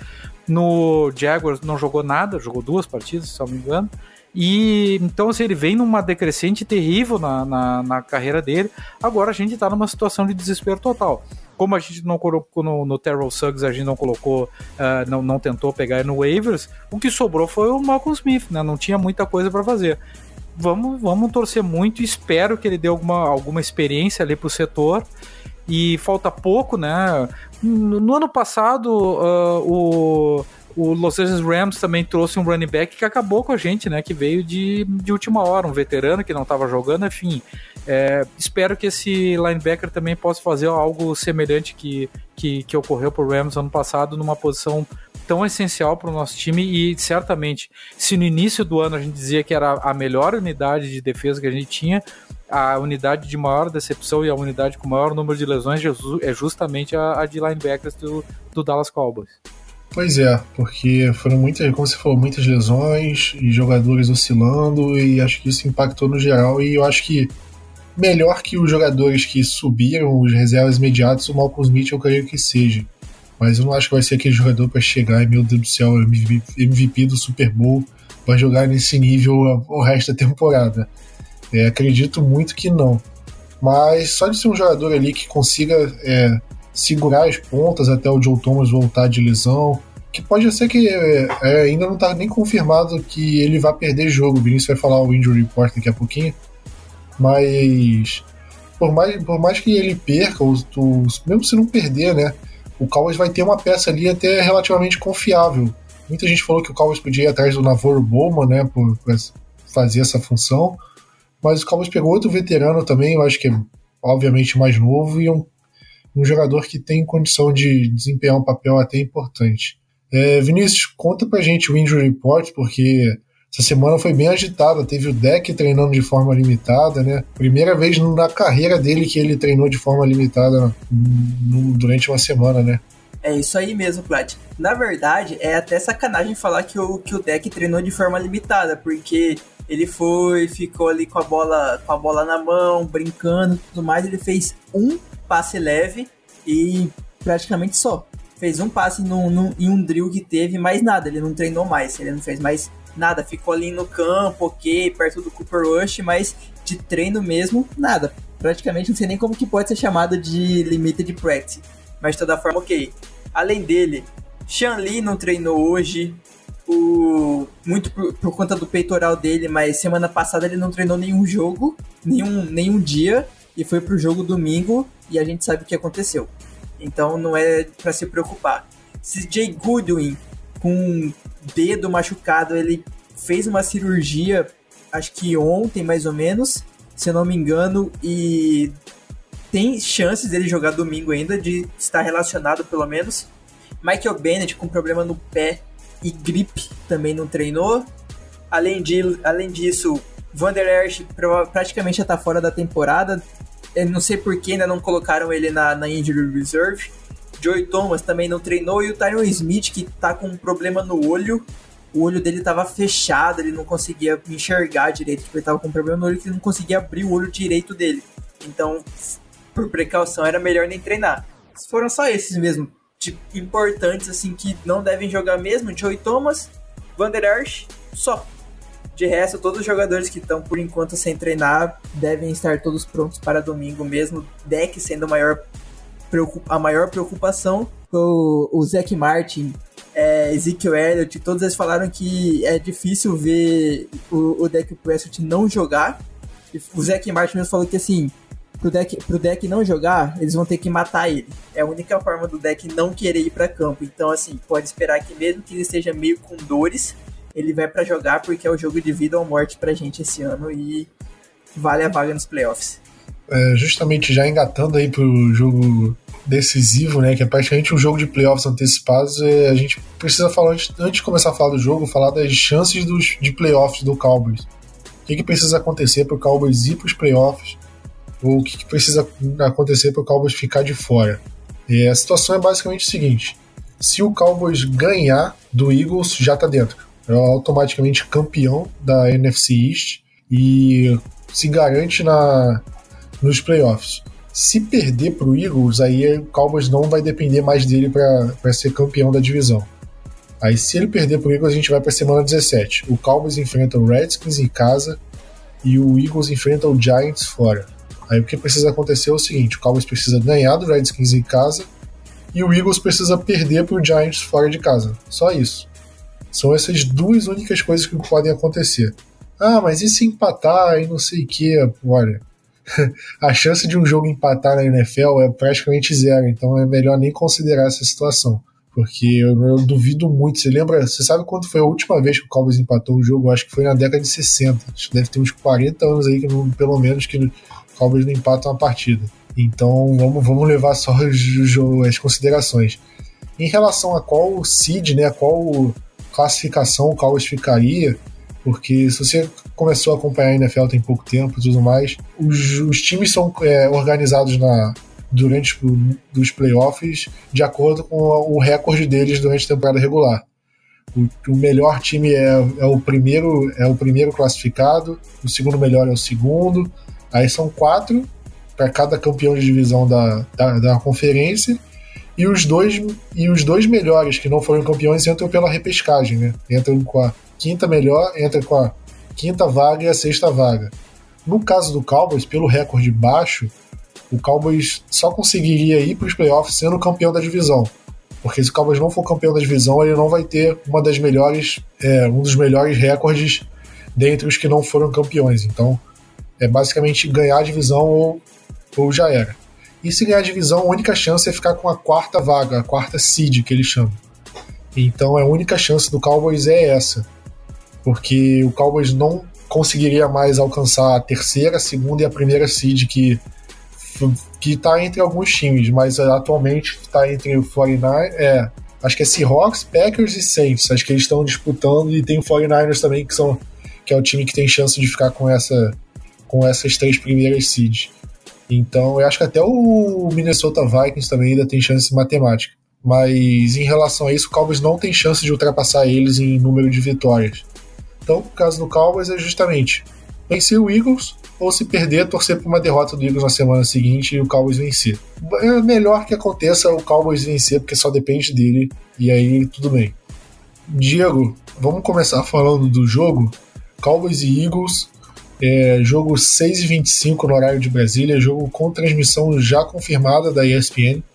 No Jaguars não jogou nada, jogou duas partidas, se não me engano. E então, assim, ele vem numa decrescente terrível na, na, na carreira dele. Agora a gente está numa situação de desespero total. Como a gente não colocou no, no Terrell Suggs, a gente não colocou, uh, não, não tentou pegar ele no waivers, o que sobrou foi o Malcolm Smith, né? Não tinha muita coisa para fazer. Vamos, vamos torcer muito, espero que ele dê alguma, alguma experiência ali pro setor. E falta pouco, né? No, no ano passado, uh, o... O Los Angeles Rams também trouxe um running back que acabou com a gente, né? Que veio de, de última hora, um veterano que não estava jogando, enfim. É, espero que esse linebacker também possa fazer algo semelhante que, que, que ocorreu para o Rams ano passado, numa posição tão essencial para o nosso time. E certamente, se no início do ano a gente dizia que era a melhor unidade de defesa que a gente tinha, a unidade de maior decepção e a unidade com maior número de lesões é justamente a, a de linebackers do, do Dallas Cowboys. Pois é, porque foram muitas, como você falou, muitas lesões e jogadores oscilando, e acho que isso impactou no geral. E eu acho que melhor que os jogadores que subiram, os reservas imediatos, o Malcolm Smith eu creio que seja. Mas eu não acho que vai ser aquele jogador para chegar e, meu Deus do céu, M V P do Super Bowl, vai jogar nesse nível o resto da temporada. É, acredito muito que não. Mas só de ser um jogador ali que consiga é, segurar as pontas até o Joe Thomas voltar de lesão, que pode ser que é, é, ainda não está nem confirmado que ele vai perder jogo. O Vinícius vai falar o injury report daqui a pouquinho, mas por mais, por mais que ele perca, ou, ou, mesmo se não perder, né, o Cowboys vai ter uma peça ali até relativamente confiável. Muita gente falou que o Cowboys podia ir atrás do Navarro Bowman, né, por, por fazer essa função, mas o Cowboys pegou outro veterano também, eu acho que é obviamente mais novo, e um um jogador que tem condição de desempenhar um papel até importante. É, Vinícius, conta pra gente o injury report, porque essa semana foi bem agitada, teve o Dak treinando de forma limitada, né? Primeira vez na carreira dele que ele treinou de forma limitada no, durante uma semana, né? É isso aí mesmo, Plat. Na verdade, é até sacanagem falar que o, que o Dak treinou de forma limitada, porque ele foi, ficou ali com a bola, com a bola na mão, brincando e tudo mais, ele fez um passe leve e praticamente só. Fez um passe no, no, em um drill que teve, mais nada, ele não treinou mais, ele não fez mais nada, ficou ali no campo, ok, perto do Cooper Rush, mas de treino mesmo, nada. Praticamente não sei nem como que pode ser chamado de limited practice, mas de toda forma, ok. Além dele, Sean Lee não treinou hoje, o, muito por, por conta do peitoral dele, mas semana passada ele não treinou nenhum jogo, nenhum, nenhum dia, e foi pro jogo domingo, e a gente sabe o que aconteceu. Então não é para se preocupar. C J Goodwin, com um dedo machucado, ele fez uma cirurgia, acho que ontem mais ou menos, se eu não me engano, e tem chances dele jogar domingo ainda, de estar relacionado pelo menos. Michael Bennett com problema no pé e gripe também não treinou. Além, de, além disso, Van Der Esch praticamente já está fora da temporada. Eu não sei por que ainda não colocaram ele na, na Injury Reserve. Joey Thomas também não treinou, e o Tyron Smith, que tá com um problema no olho, o olho dele tava fechado, ele não conseguia enxergar direito, tipo, ele tava com um problema no olho que ele não conseguia abrir o olho direito dele. Então, por precaução, era melhor nem treinar. Foram só esses mesmo, tipo, importantes, assim, que não devem jogar mesmo: Joey Thomas, Van Der Esch, só. De resto, todos os jogadores que estão, por enquanto, sem treinar, devem estar todos prontos para domingo mesmo. Deck sendo a maior, a maior preocupação. O, o Zach Martin, é, Ezekiel Elliott, todos eles falaram que é difícil ver o, o Dak Prescott não jogar. O Zach Martin mesmo falou que, assim, pro Dak, pro Dak não jogar, eles vão ter que matar ele. É a única forma do Dak não querer ir para campo. Então, assim, pode esperar que mesmo que ele esteja meio com dores, ele vai para jogar, porque é o jogo de vida ou morte pra gente esse ano e vale a vaga nos playoffs. É, justamente já engatando aí pro jogo decisivo, né, que é praticamente um jogo de playoffs antecipados, é, a gente precisa falar, antes, antes de começar a falar do jogo, falar das chances dos, de playoffs do Cowboys. O que, que precisa acontecer pro Cowboys ir pros playoffs, ou o que, que precisa acontecer pro Cowboys ficar de fora. E a situação é basicamente o seguinte: se o Cowboys ganhar do Eagles, já tá dentro. É automaticamente campeão da N F C East e se garante na, nos playoffs. Se perder para o Eagles, aí o Cowboys não vai depender mais dele para ser campeão da divisão. Aí se ele perder para o Eagles, a gente vai para a semana dezessete. O Cowboys enfrenta o Redskins em casa e o Eagles enfrenta o Giants fora. Aí o que precisa acontecer é o seguinte: o Cowboys precisa ganhar do Redskins em casa e o Eagles precisa perder para o Giants fora de casa. Só isso. São essas duas únicas coisas que podem acontecer. Ah, mas e se empatar e não sei o que? Olha, a chance de um jogo empatar na N F L é praticamente zero, então é melhor nem considerar essa situação, porque eu, eu duvido muito. Você lembra, você sabe quando foi a última vez que o Cowboys empatou um jogo? Eu acho que foi na década de sessenta. Acho que deve ter uns quarenta anos aí, que não, pelo menos, que o Cowboys não empata uma partida. Então vamos, vamos levar só as, as considerações. Em relação a qual seed, né, qual classificação o Cowboys ficaria, porque se você começou a acompanhar a N F L tem pouco tempo e tudo mais, os, os times são é, organizados na, durante os playoffs de acordo com o recorde deles durante a temporada regular. O, o melhor time é, é, o primeiro, é o primeiro classificado, o segundo melhor é o segundo, aí são quatro para cada campeão de divisão da, da, da conferência. E os, dois, e os dois melhores que não foram campeões entram pela repescagem, né? Entram com a quinta melhor, entram com a quinta vaga e a sexta vaga. No caso do Cowboys, pelo recorde baixo, o Cowboys só conseguiria ir para os playoffs sendo campeão da divisão. Porque se o Cowboys não for campeão da divisão, ele não vai ter uma das melhores, é, um dos melhores recordes dentre os que não foram campeões. Então, é basicamente ganhar a divisão ou, ou já era. E se ganhar a divisão, a única chance é ficar com a quarta vaga, a quarta seed que eles chamam. Então a única chance do Cowboys é essa, porque o Cowboys não conseguiria mais alcançar a terceira, a segunda e a primeira seed que que está entre alguns times, mas atualmente está entre o quarenta e nove, é, acho que é Seahawks, Packers e Saints, acho que eles estão disputando, e tem o quarenta e nove ers também, que, são, que é o time que tem chance de ficar com, essa, com essas três primeiras seeds. Então eu acho que até o Minnesota Vikings também ainda tem chance matemática. Mas em relação a isso, o Cowboys não tem chance de ultrapassar eles em número de vitórias. Então, no caso do Cowboys, é justamente vencer o Eagles, ou se perder, torcer por uma derrota do Eagles na semana seguinte e o Cowboys vencer. É melhor que aconteça o Cowboys vencer, porque só depende dele, e aí tudo bem. Diego, vamos começar falando do jogo. Cowboys e Eagles. É, jogo seis e vinte e cinco no horário de Brasília, jogo com transmissão já confirmada da E S P N.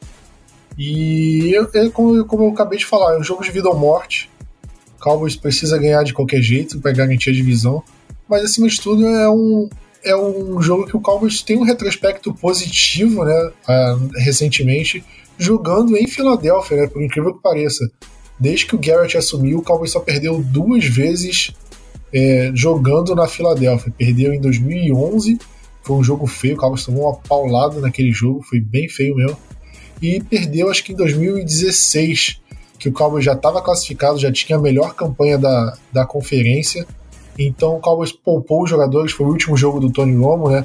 E é, como, como eu acabei de falar, é um jogo de vida ou morte. O Cowboys precisa ganhar de qualquer jeito para garantir a divisão, mas acima de tudo é um, é um jogo que o Cowboys tem um retrospecto positivo, né, recentemente, jogando em Filadélfia, né, por incrível que pareça. Desde que o Garrett assumiu, o Cowboys só perdeu duas vezes É, jogando na Filadélfia. Perdeu em dois mil e onze, foi um jogo feio, o Cowboys tomou uma paulada naquele jogo, foi bem feio mesmo, e perdeu acho que em dois mil e dezesseis, que o Cowboys já estava classificado, já tinha a melhor campanha da, da conferência, então o Cowboys poupou os jogadores, foi o último jogo do Tony Romo, né,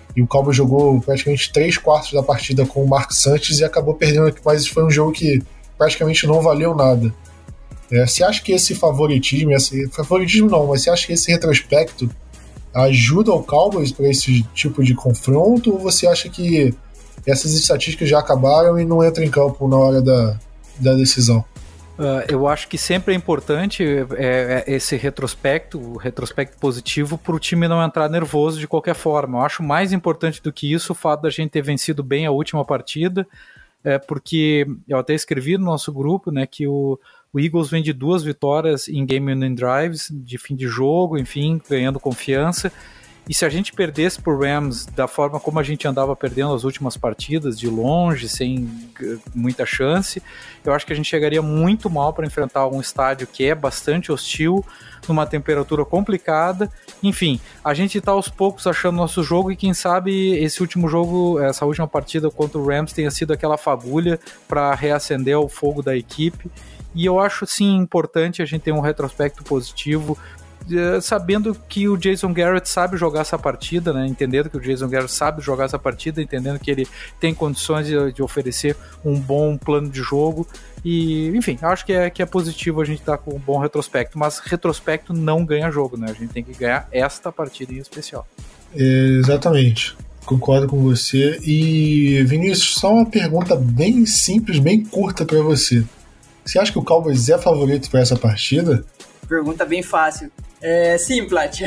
e o Cowboys jogou praticamente três quartos da partida com o Mark Sanchez e acabou perdendo, mas foi um jogo que praticamente não valeu nada. É, você acha que esse favoritismo, esse, favoritismo não, mas você acha que esse retrospecto ajuda o Cowboys para esse tipo de confronto, ou você acha que essas estatísticas já acabaram e não entra em campo na hora da, da decisão? Uh, eu acho que sempre é importante é, é esse retrospecto, o retrospecto positivo, para o time não entrar nervoso de qualquer forma. Eu acho mais importante do que isso o fato da gente ter vencido bem a última partida, é, porque eu até escrevi no nosso grupo, né, que o, o Eagles vem de duas vitórias em game-winning drives, de fim de jogo, enfim, ganhando confiança. E se a gente perdesse por Rams da forma como a gente andava perdendo as últimas partidas, de longe, sem muita chance, eu acho que a gente chegaria muito mal para enfrentar um estádio que é bastante hostil, numa temperatura complicada. Enfim, a gente está aos poucos achando nosso jogo e quem sabe esse último jogo, essa última partida contra o Rams tenha sido aquela fagulha para reacender o fogo da equipe. E eu acho sim importante a gente ter um retrospecto positivo, sabendo que o Jason Garrett sabe jogar essa partida, né? Entendendo que o Jason Garrett sabe jogar essa partida, entendendo que ele tem condições de, de oferecer um bom plano de jogo e, enfim, acho que é, que é positivo a gente estar tá com um bom retrospecto, mas retrospecto não ganha jogo, né? A gente tem que ganhar esta partida em especial. É, exatamente, concordo com você. E Vinícius, só uma pergunta bem simples, bem curta para você. Você acha que o Cowboys é favorito para essa partida? Pergunta bem fácil. É, sim, Plat.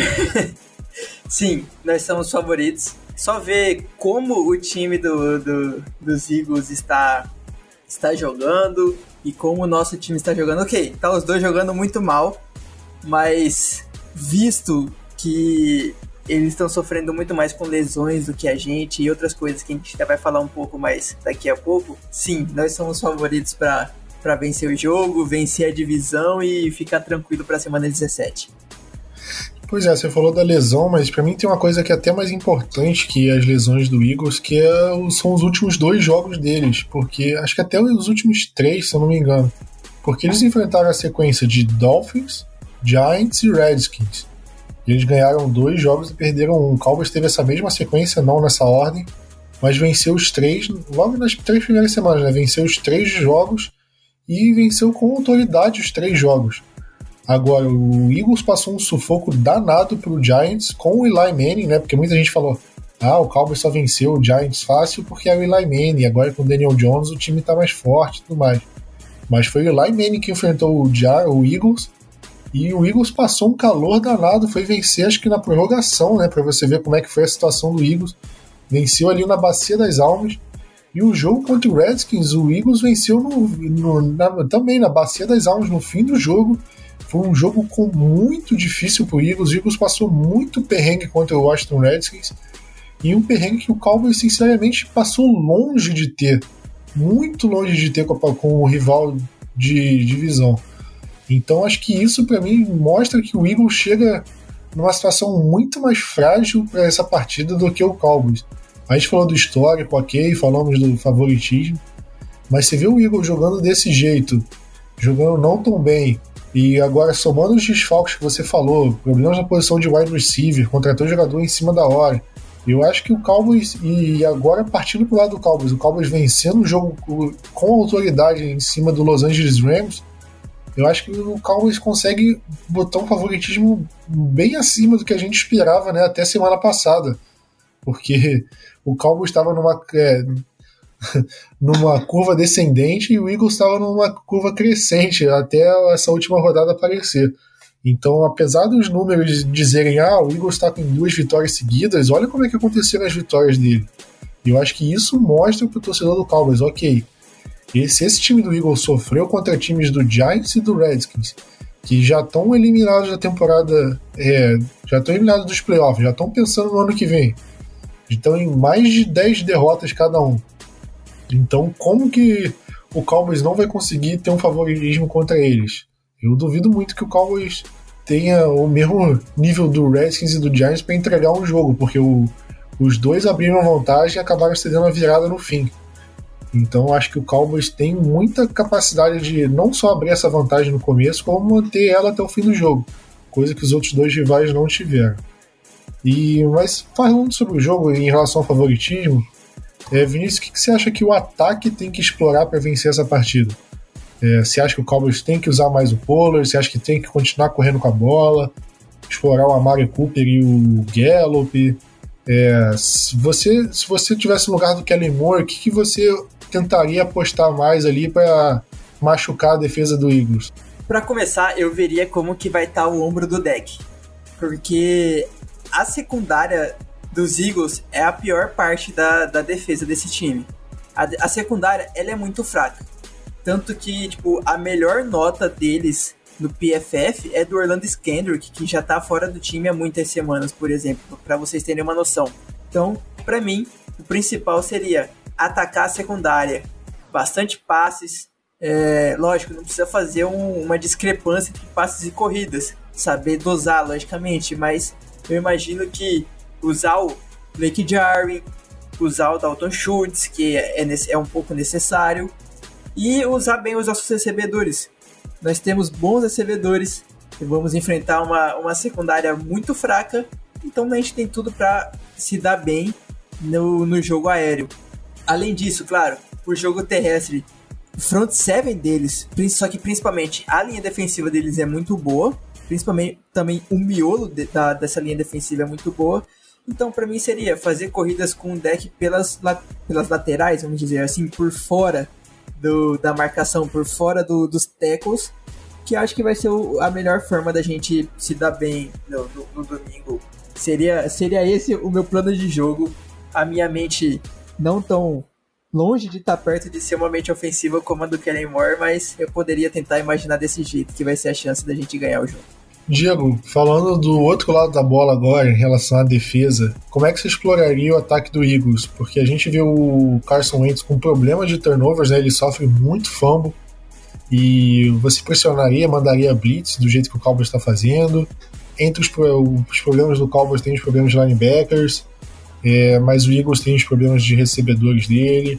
Sim, nós somos favoritos. Só ver como o time do, do, dos Eagles está, está jogando e como o nosso time está jogando. Ok, tá os dois jogando muito mal, mas visto que eles estão sofrendo muito mais com lesões do que a gente e outras coisas que a gente já vai falar um pouco mais daqui a pouco, sim, nós somos favoritos para para vencer o jogo, vencer a divisão e ficar tranquilo para a semana dezessete. Pois é, você falou da lesão, mas para mim tem uma coisa que é até mais importante que as lesões do Eagles, que é, são os últimos dois jogos deles, porque acho que até os últimos três, se eu não me engano, porque eles enfrentaram a sequência de Dolphins, Giants e Redskins, e eles ganharam dois jogos e perderam um. O Cowboys teve essa mesma sequência, não nessa ordem, mas venceu os três, logo nas três primeiras semanas, né? Venceu os três jogos e venceu com autoridade os três jogos. Agora, o Eagles passou um sufoco danado pro Giants com o Eli Manning, né? Porque muita gente falou, ah, o Cowboys só venceu o Giants fácil porque é o Eli Manning, agora com o Daniel Jones o time tá mais forte e tudo mais. Mas foi o Eli Manning que enfrentou o, Gi- o Eagles, e o Eagles passou um calor danado, foi vencer acho que na prorrogação, né? Pra você ver como é que foi a situação do Eagles. Venceu ali na Bacia das Almas. E o jogo contra o Redskins, o Eagles venceu no, no, na, também na Bacia das Almas no fim do jogo. Foi um jogo com, muito difícil para o Eagles. O Eagles passou muito perrengue contra o Washington Redskins. E um perrengue que o Cowboys, sinceramente, passou longe de ter. Muito longe de ter com, com o rival de divisão. Então acho que isso, para mim, mostra que o Eagles chega numa situação muito mais frágil para essa partida do que o Cowboys. A gente falou do histórico, ok, falamos do favoritismo, mas você vê o Eagles jogando desse jeito, jogando não tão bem, e agora somando os desfalques que você falou, problemas na posição de wide receiver, contratou jogador em cima da hora, eu acho que o Cowboys, e agora partindo pro lado do Cowboys, o Cowboys vencendo o jogo com autoridade em cima do Los Angeles Rams, eu acho que o Cowboys consegue botar um favoritismo bem acima do que a gente esperava, né, até semana passada, porque o Cowboys estava numa, é, numa curva descendente e o Eagles estava numa curva crescente até essa última rodada aparecer. Então, apesar dos números dizerem ah, o Eagles está com duas vitórias seguidas, olha como é que aconteceram as vitórias dele. E eu acho que isso mostra para o torcedor do Cowboys, ok, e se esse time do Eagles sofreu contra times do Giants e do Redskins, que já estão eliminados da temporada, é, já estão eliminados dos playoffs, já estão pensando no ano que vem, estão em mais de dez derrotas cada um. Então, como que o Cowboys não vai conseguir ter um favoritismo contra eles? Eu duvido muito que o Cowboys tenha o mesmo nível do Redskins e do Giants para entregar um jogo, porque o, os dois abriram vantagem e acabaram cedendo a virada no fim. Então, acho que o Cowboys tem muita capacidade de não só abrir essa vantagem no começo, como manter ela até o fim do jogo, coisa que os outros dois rivais não tiveram. E, mas falando sobre o jogo em relação ao favoritismo, é, Vinícius, o que, que você acha que o ataque tem que explorar para vencer essa partida? É, você acha que o Cowboys tem que usar mais o Pollard? Você acha que tem que continuar correndo com a bola? Explorar o Amari Cooper e o Gallup? É, se, você, se você tivesse no lugar do Kellen Moore, o que, que você tentaria apostar mais ali para machucar a defesa do Eagles? Para começar, eu veria como que vai estar o ombro do deck. Porque a secundária dos Eagles é a pior parte da, da defesa desse time. A, a secundária, ela é muito fraca. Tanto que, tipo, a melhor nota deles no P F F é do Orlando Scandrick, que já tá fora do time há muitas semanas, por exemplo, para vocês terem uma noção. Então, para mim, o principal seria atacar a secundária. Bastante passes. É, lógico, não precisa fazer um, uma discrepância entre passes e corridas. Saber dosar, logicamente, mas eu imagino que usar o Blake Jarwin, usar o Dalton Schultz, que é, é um pouco necessário, e usar bem os nossos recebedores. Nós temos bons recebedores e vamos enfrentar uma, uma secundária muito fraca, então a gente tem tudo para se dar bem no, no jogo aéreo. Além disso, claro, o jogo terrestre, o front seven deles, só que principalmente a linha defensiva deles é muito boa, principalmente também o miolo de, da, dessa linha defensiva é muito boa. Então, para mim, seria fazer corridas com o deck pelas, pelas laterais, vamos dizer assim, por fora do, da marcação, por fora do, dos tackles, que acho que vai ser o, a melhor forma da gente se dar bem no, no, no domingo. Seria, seria esse o meu plano de jogo. A minha mente não tão longe de estar perto de ser uma mente ofensiva como a do Kellen Moore, mas eu poderia tentar imaginar desse jeito, que vai ser a chance da gente ganhar o jogo. Diego, falando do outro lado da bola agora, em relação à defesa, como é que você exploraria o ataque do Eagles? Porque a gente viu o Carson Wentz com problemas de turnovers, né? Ele sofre muito fumble, e você pressionaria, mandaria blitz do jeito que o Cowboys está fazendo. Entre os, os problemas do Cowboys tem os problemas de linebackers, é, mas o Eagles tem os problemas de recebedores dele.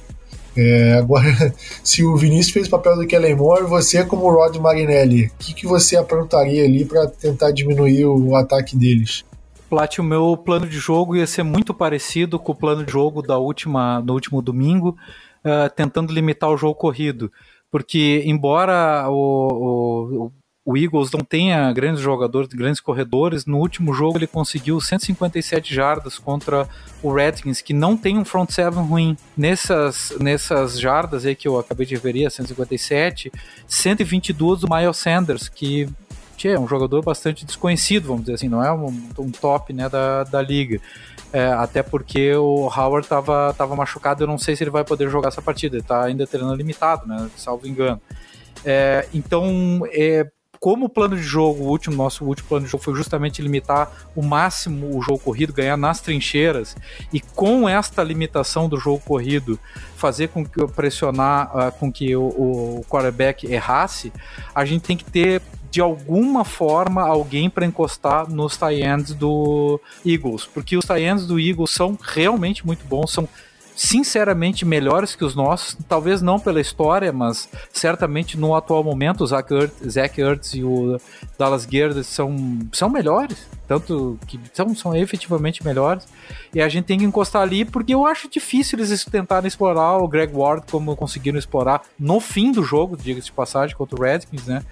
É, agora, se o Vinícius fez o papel do Kellen Moore, você como o Rod Marinelli, o que, que você aprontaria ali para tentar diminuir o ataque deles? Plat, o meu plano de jogo ia ser muito parecido com o plano de jogo da última, do último domingo, uh, tentando limitar o jogo corrido, porque embora o, o, o Eagles não tenha grandes jogadores, grandes corredores, no último jogo ele conseguiu cento e cinquenta e sete jardas contra o Redskins, que não tem um front seven ruim. Nessas, nessas jardas aí que eu acabei de referir, cento e cinquenta e sete, cento e vinte e duas do Miles Sanders, que tchê, é um jogador bastante desconhecido, vamos dizer assim, não é um, um top, né, da, da liga. É, até porque o Howard estava tava machucado, eu não sei se ele vai poder jogar essa partida, ele está ainda treinando limitado, né, salvo engano. É, então, é, como o plano de jogo, o último, nosso último plano de jogo foi justamente limitar o máximo o jogo corrido, ganhar nas trincheiras, e com esta limitação do jogo corrido, fazer com que pressionar, uh, com que o, o quarterback errasse, a gente tem que ter de alguma forma alguém para encostar nos tight ends do Eagles, porque os tight ends do Eagles são realmente muito bons, são sinceramente melhores que os nossos, talvez não pela história, mas certamente no atual momento o Zach Ertz, Zach Ertz e o Dallas Goedert são, são melhores, tanto que são, são efetivamente melhores, e a gente tem que encostar ali, porque eu acho difícil eles tentarem explorar o Greg Ward como conseguiram explorar no fim do jogo, diga-se de passagem, contra o Redskins, né,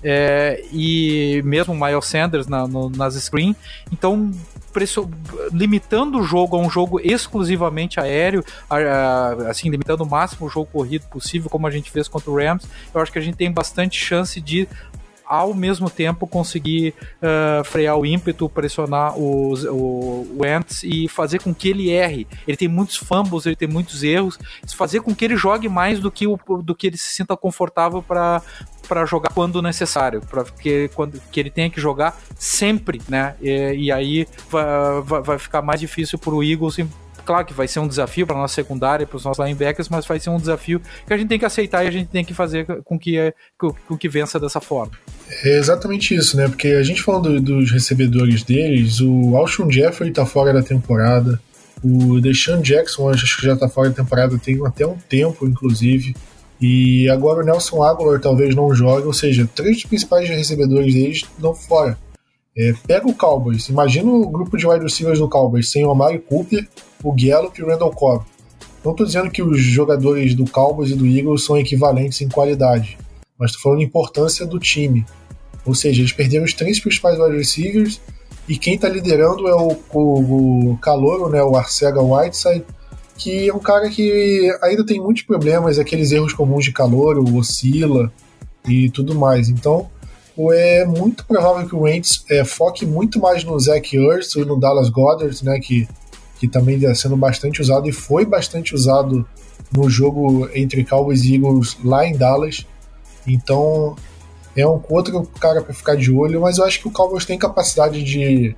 é, e mesmo o Miles Sanders na, no, nas screen, então preço, limitando o jogo a um jogo exclusivamente aéreo, a, a, assim, limitando o máximo o jogo corrido possível, como a gente fez contra o Rams, eu acho que a gente tem bastante chance de, ao mesmo tempo, conseguir uh, frear o ímpeto, pressionar o, o, o Wentz e fazer com que ele erre. Ele tem muitos fumbles, ele tem muitos erros, fazer com que ele jogue mais do que, o, do que ele se sinta confortável para para jogar quando necessário, para que, quando, que ele tenha que jogar sempre, né? E, e aí vai, vai, vai ficar mais difícil para o Eagles. E, claro que vai ser um desafio para a nossa secundária, para os nossos linebackers, mas vai ser um desafio que a gente tem que aceitar e a gente tem que fazer com que, com, com que vença dessa forma. É exatamente isso, né? Porque a gente falando dos recebedores deles, o Alshon Jeffrey tá fora da temporada, o Deshaun Jackson acho que já tá fora da temporada tem até um tempo, inclusive. E agora o Nelson Agholor talvez não jogue, ou seja, três dos principais recebedores deles não fora. É, pega o Cowboys, imagina o grupo de wide receivers do Cowboys sem o Amari Cooper, o Gallup e o Randall Cobb. Não estou dizendo que os jogadores do Cowboys e do Eagles são equivalentes em qualidade, mas estou falando da importância do time. Ou seja, eles perderam os três principais wide receivers e quem está liderando é o, o, o calouro, né, o Arcega-Whiteside, que é um cara que ainda tem muitos problemas, aqueles erros comuns de calouro, oscila e tudo mais. Então, é muito provável que o Wentz é, foque muito mais no Zach Ertz e no Dallas Goedert, né, que, que também está sendo bastante usado e foi bastante usado no jogo entre Cowboys e Eagles lá em Dallas. Então é um outro cara para ficar de olho, mas eu acho que o Cowboys tem capacidade de,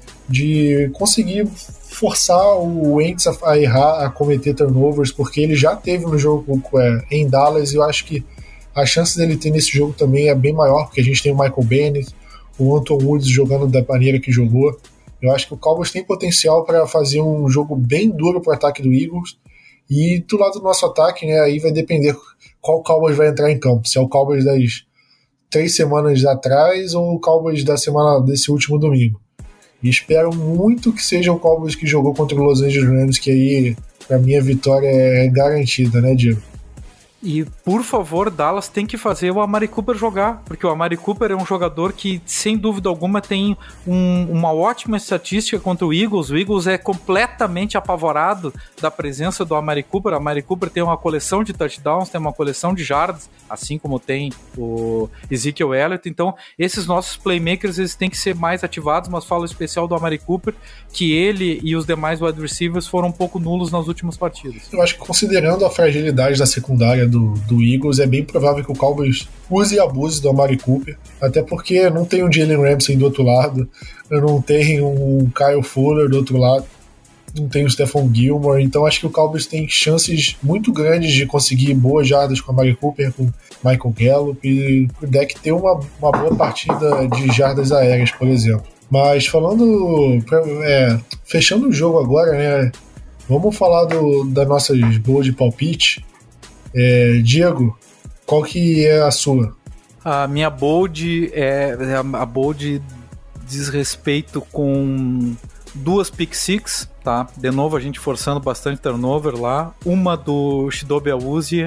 de conseguir forçar o Wentz a, a errar, a cometer turnovers, porque ele já teve no jogo é, em Dallas, e eu acho que a chance dele ter nesse jogo também é bem maior, porque a gente tem o Michael Bennett, o Anton Woods jogando da maneira que jogou. Eu acho que o Cowboys tem potencial para fazer um jogo bem duro para o ataque do Eagles, e do lado do nosso ataque, né, aí vai depender qual Cowboys vai entrar em campo, se é o Cowboys das três semanas atrás ou o Cowboys da semana desse último domingo. E espero muito que seja o Cowboys que jogou contra o Los Angeles Rams, que aí, pra mim, a vitória é garantida, né, Diego? E, por favor, Dallas tem que fazer o Amari Cooper jogar, porque o Amari Cooper é um jogador que, sem dúvida alguma, tem um, uma ótima estatística contra o Eagles. O Eagles é completamente apavorado da presença do Amari Cooper. O Amari Cooper tem uma coleção de touchdowns, tem uma coleção de jardas, assim como tem o Ezekiel Elliott. Então, esses nossos playmakers, eles têm que ser mais ativados, mas falo especial do Amari Cooper, que ele e os demais wide receivers foram um pouco nulos nas últimas partidas. Eu acho que, considerando a fragilidade da secundária Do, do Eagles, é bem provável que o Cowboys use e abuse do Amari Cooper, até porque não tem um Jalen Ramsey do outro lado, não tem um Kyle Fuller do outro lado, não tem o Stephon Gilmore, então acho que o Cowboys tem chances muito grandes de conseguir boas jardas com o Amari Cooper, com o Michael Gallup, e o deck ter uma, uma boa partida de jardas aéreas, por exemplo. Mas falando, é, fechando o jogo agora, né, vamos falar do, das nossas boas de palpite. É, Diego, qual que é a sua? A minha bold é a bold diz respeito com duas pick six, tá? De novo a gente forçando bastante turnover lá, uma do Chidobe Awuzie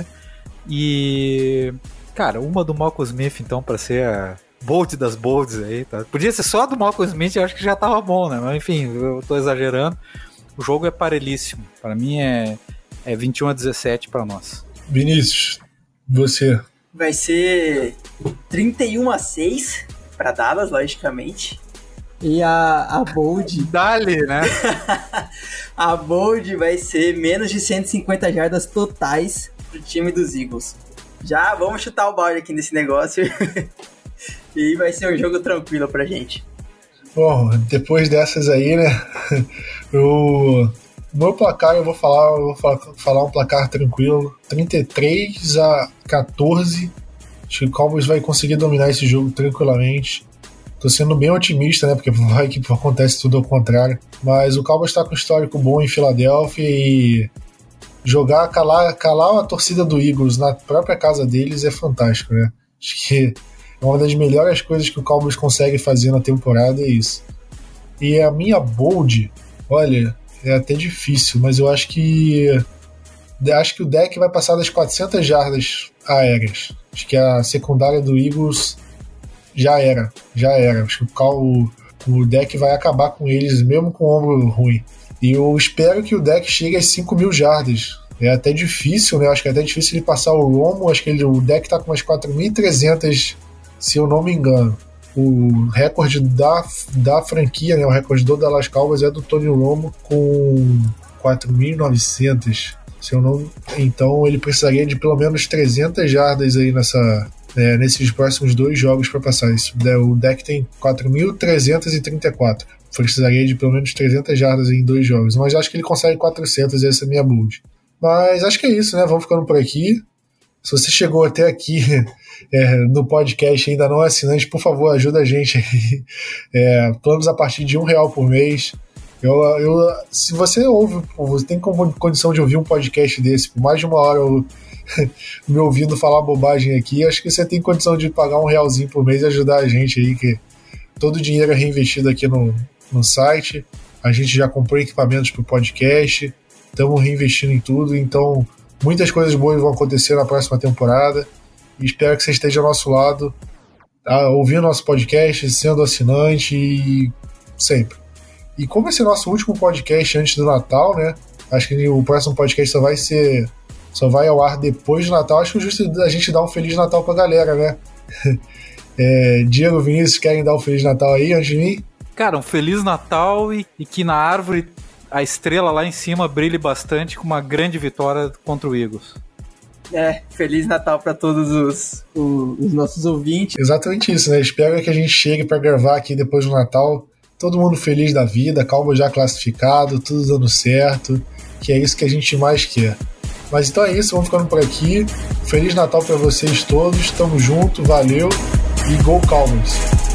e, cara, uma do Malcolm Smith, então, para ser a bold das bolds aí, tá? Podia ser só do Malcolm Smith, eu acho que já tava bom, né? Mas enfim, eu tô exagerando. O jogo é parelhíssimo, para mim é, é vinte e um a dezessete para nós. Vinícius, você? Vai ser trinta e um a seis para Dallas, logicamente. E a, a Bold... Dali, né? A Bold vai ser menos de cento e cinquenta jardas totais pro time dos Eagles. Já vamos chutar o balde aqui nesse negócio. E vai ser um jogo tranquilo pra gente. Bom, depois dessas aí, né? Eu... O meu placar, eu vou falar, eu vou falar, falar um placar tranquilo, trinta e três a quatorze. Acho que o Cowboys vai conseguir dominar esse jogo tranquilamente. Tô sendo bem otimista, né? Porque vai que acontece tudo ao contrário. Mas o Cowboys tá com um histórico bom em Filadélfia e jogar, calar, calar a torcida do Eagles na própria casa deles é fantástico, né? Acho que é uma das melhores coisas que o Cowboys consegue fazer na temporada, é isso. E a minha bold, olha... É até difícil, mas eu acho que acho que o deck vai passar das quatrocentas jardas aéreas. Acho que a secundária do Eagles já era, já era. Acho que o, o deck vai acabar com eles, mesmo com o ombro ruim. E eu espero que o deck chegue às cinco mil jardas. É até difícil, né? Acho que é até difícil ele passar o Romo. Acho que ele, o deck tá com umas quatro mil e trezentas, se eu não me engano. O recorde da, da franquia, né, o recorde do Dallas Cowboys é do Tony Romo com quatro mil e novecentas. Se eu não, então ele precisaria de pelo menos trezentas jardas aí nessa, é, nesses próximos dois jogos para passar isso. O deck tem quatro mil trezentos e trinta e quatro. Precisaria de pelo menos trezentas jardas em dois jogos. Mas acho que ele consegue quatrocentas, essa é a minha build. Mas acho que é isso, né? Vamos ficando por aqui. Se você chegou até aqui é, no podcast e ainda não é assinante, por favor, ajuda a gente aí. É, planos a partir de um real por mês. Eu, eu, se você ouve, você tem condição de ouvir um podcast desse por mais de uma hora eu, me ouvindo falar bobagem aqui, acho que você tem condição de pagar um realzinho por mês e ajudar a gente aí, que todo o dinheiro é reinvestido aqui no, no site. A gente já comprou equipamentos para o podcast, estamos reinvestindo em tudo, então muitas coisas boas vão acontecer na próxima temporada e espero que você esteja ao nosso lado, tá? Ouvindo nosso podcast, sendo assinante e sempre. E como esse é nosso último podcast antes do Natal, né? Acho que o próximo podcast só vai ser só vai ao ar depois do Natal. Acho que é justo a gente dar um Feliz Natal pra galera, né? É, Diego, Vinícius, querem dar um Feliz Natal aí antes de mim? Cara, um Feliz Natal e, e que na árvore a estrela lá em cima brilhe bastante com uma grande vitória contra o Eagles. É, Feliz Natal para todos os, os, os nossos ouvintes. Exatamente isso, né? Espero que a gente chegue para gravar aqui depois do Natal, todo mundo feliz da vida, Cowboys já classificado, tudo dando certo, que é isso que a gente mais quer. Mas então é isso, vamos ficando por aqui. Feliz Natal para vocês todos, tamo junto, valeu e Go Cowboys!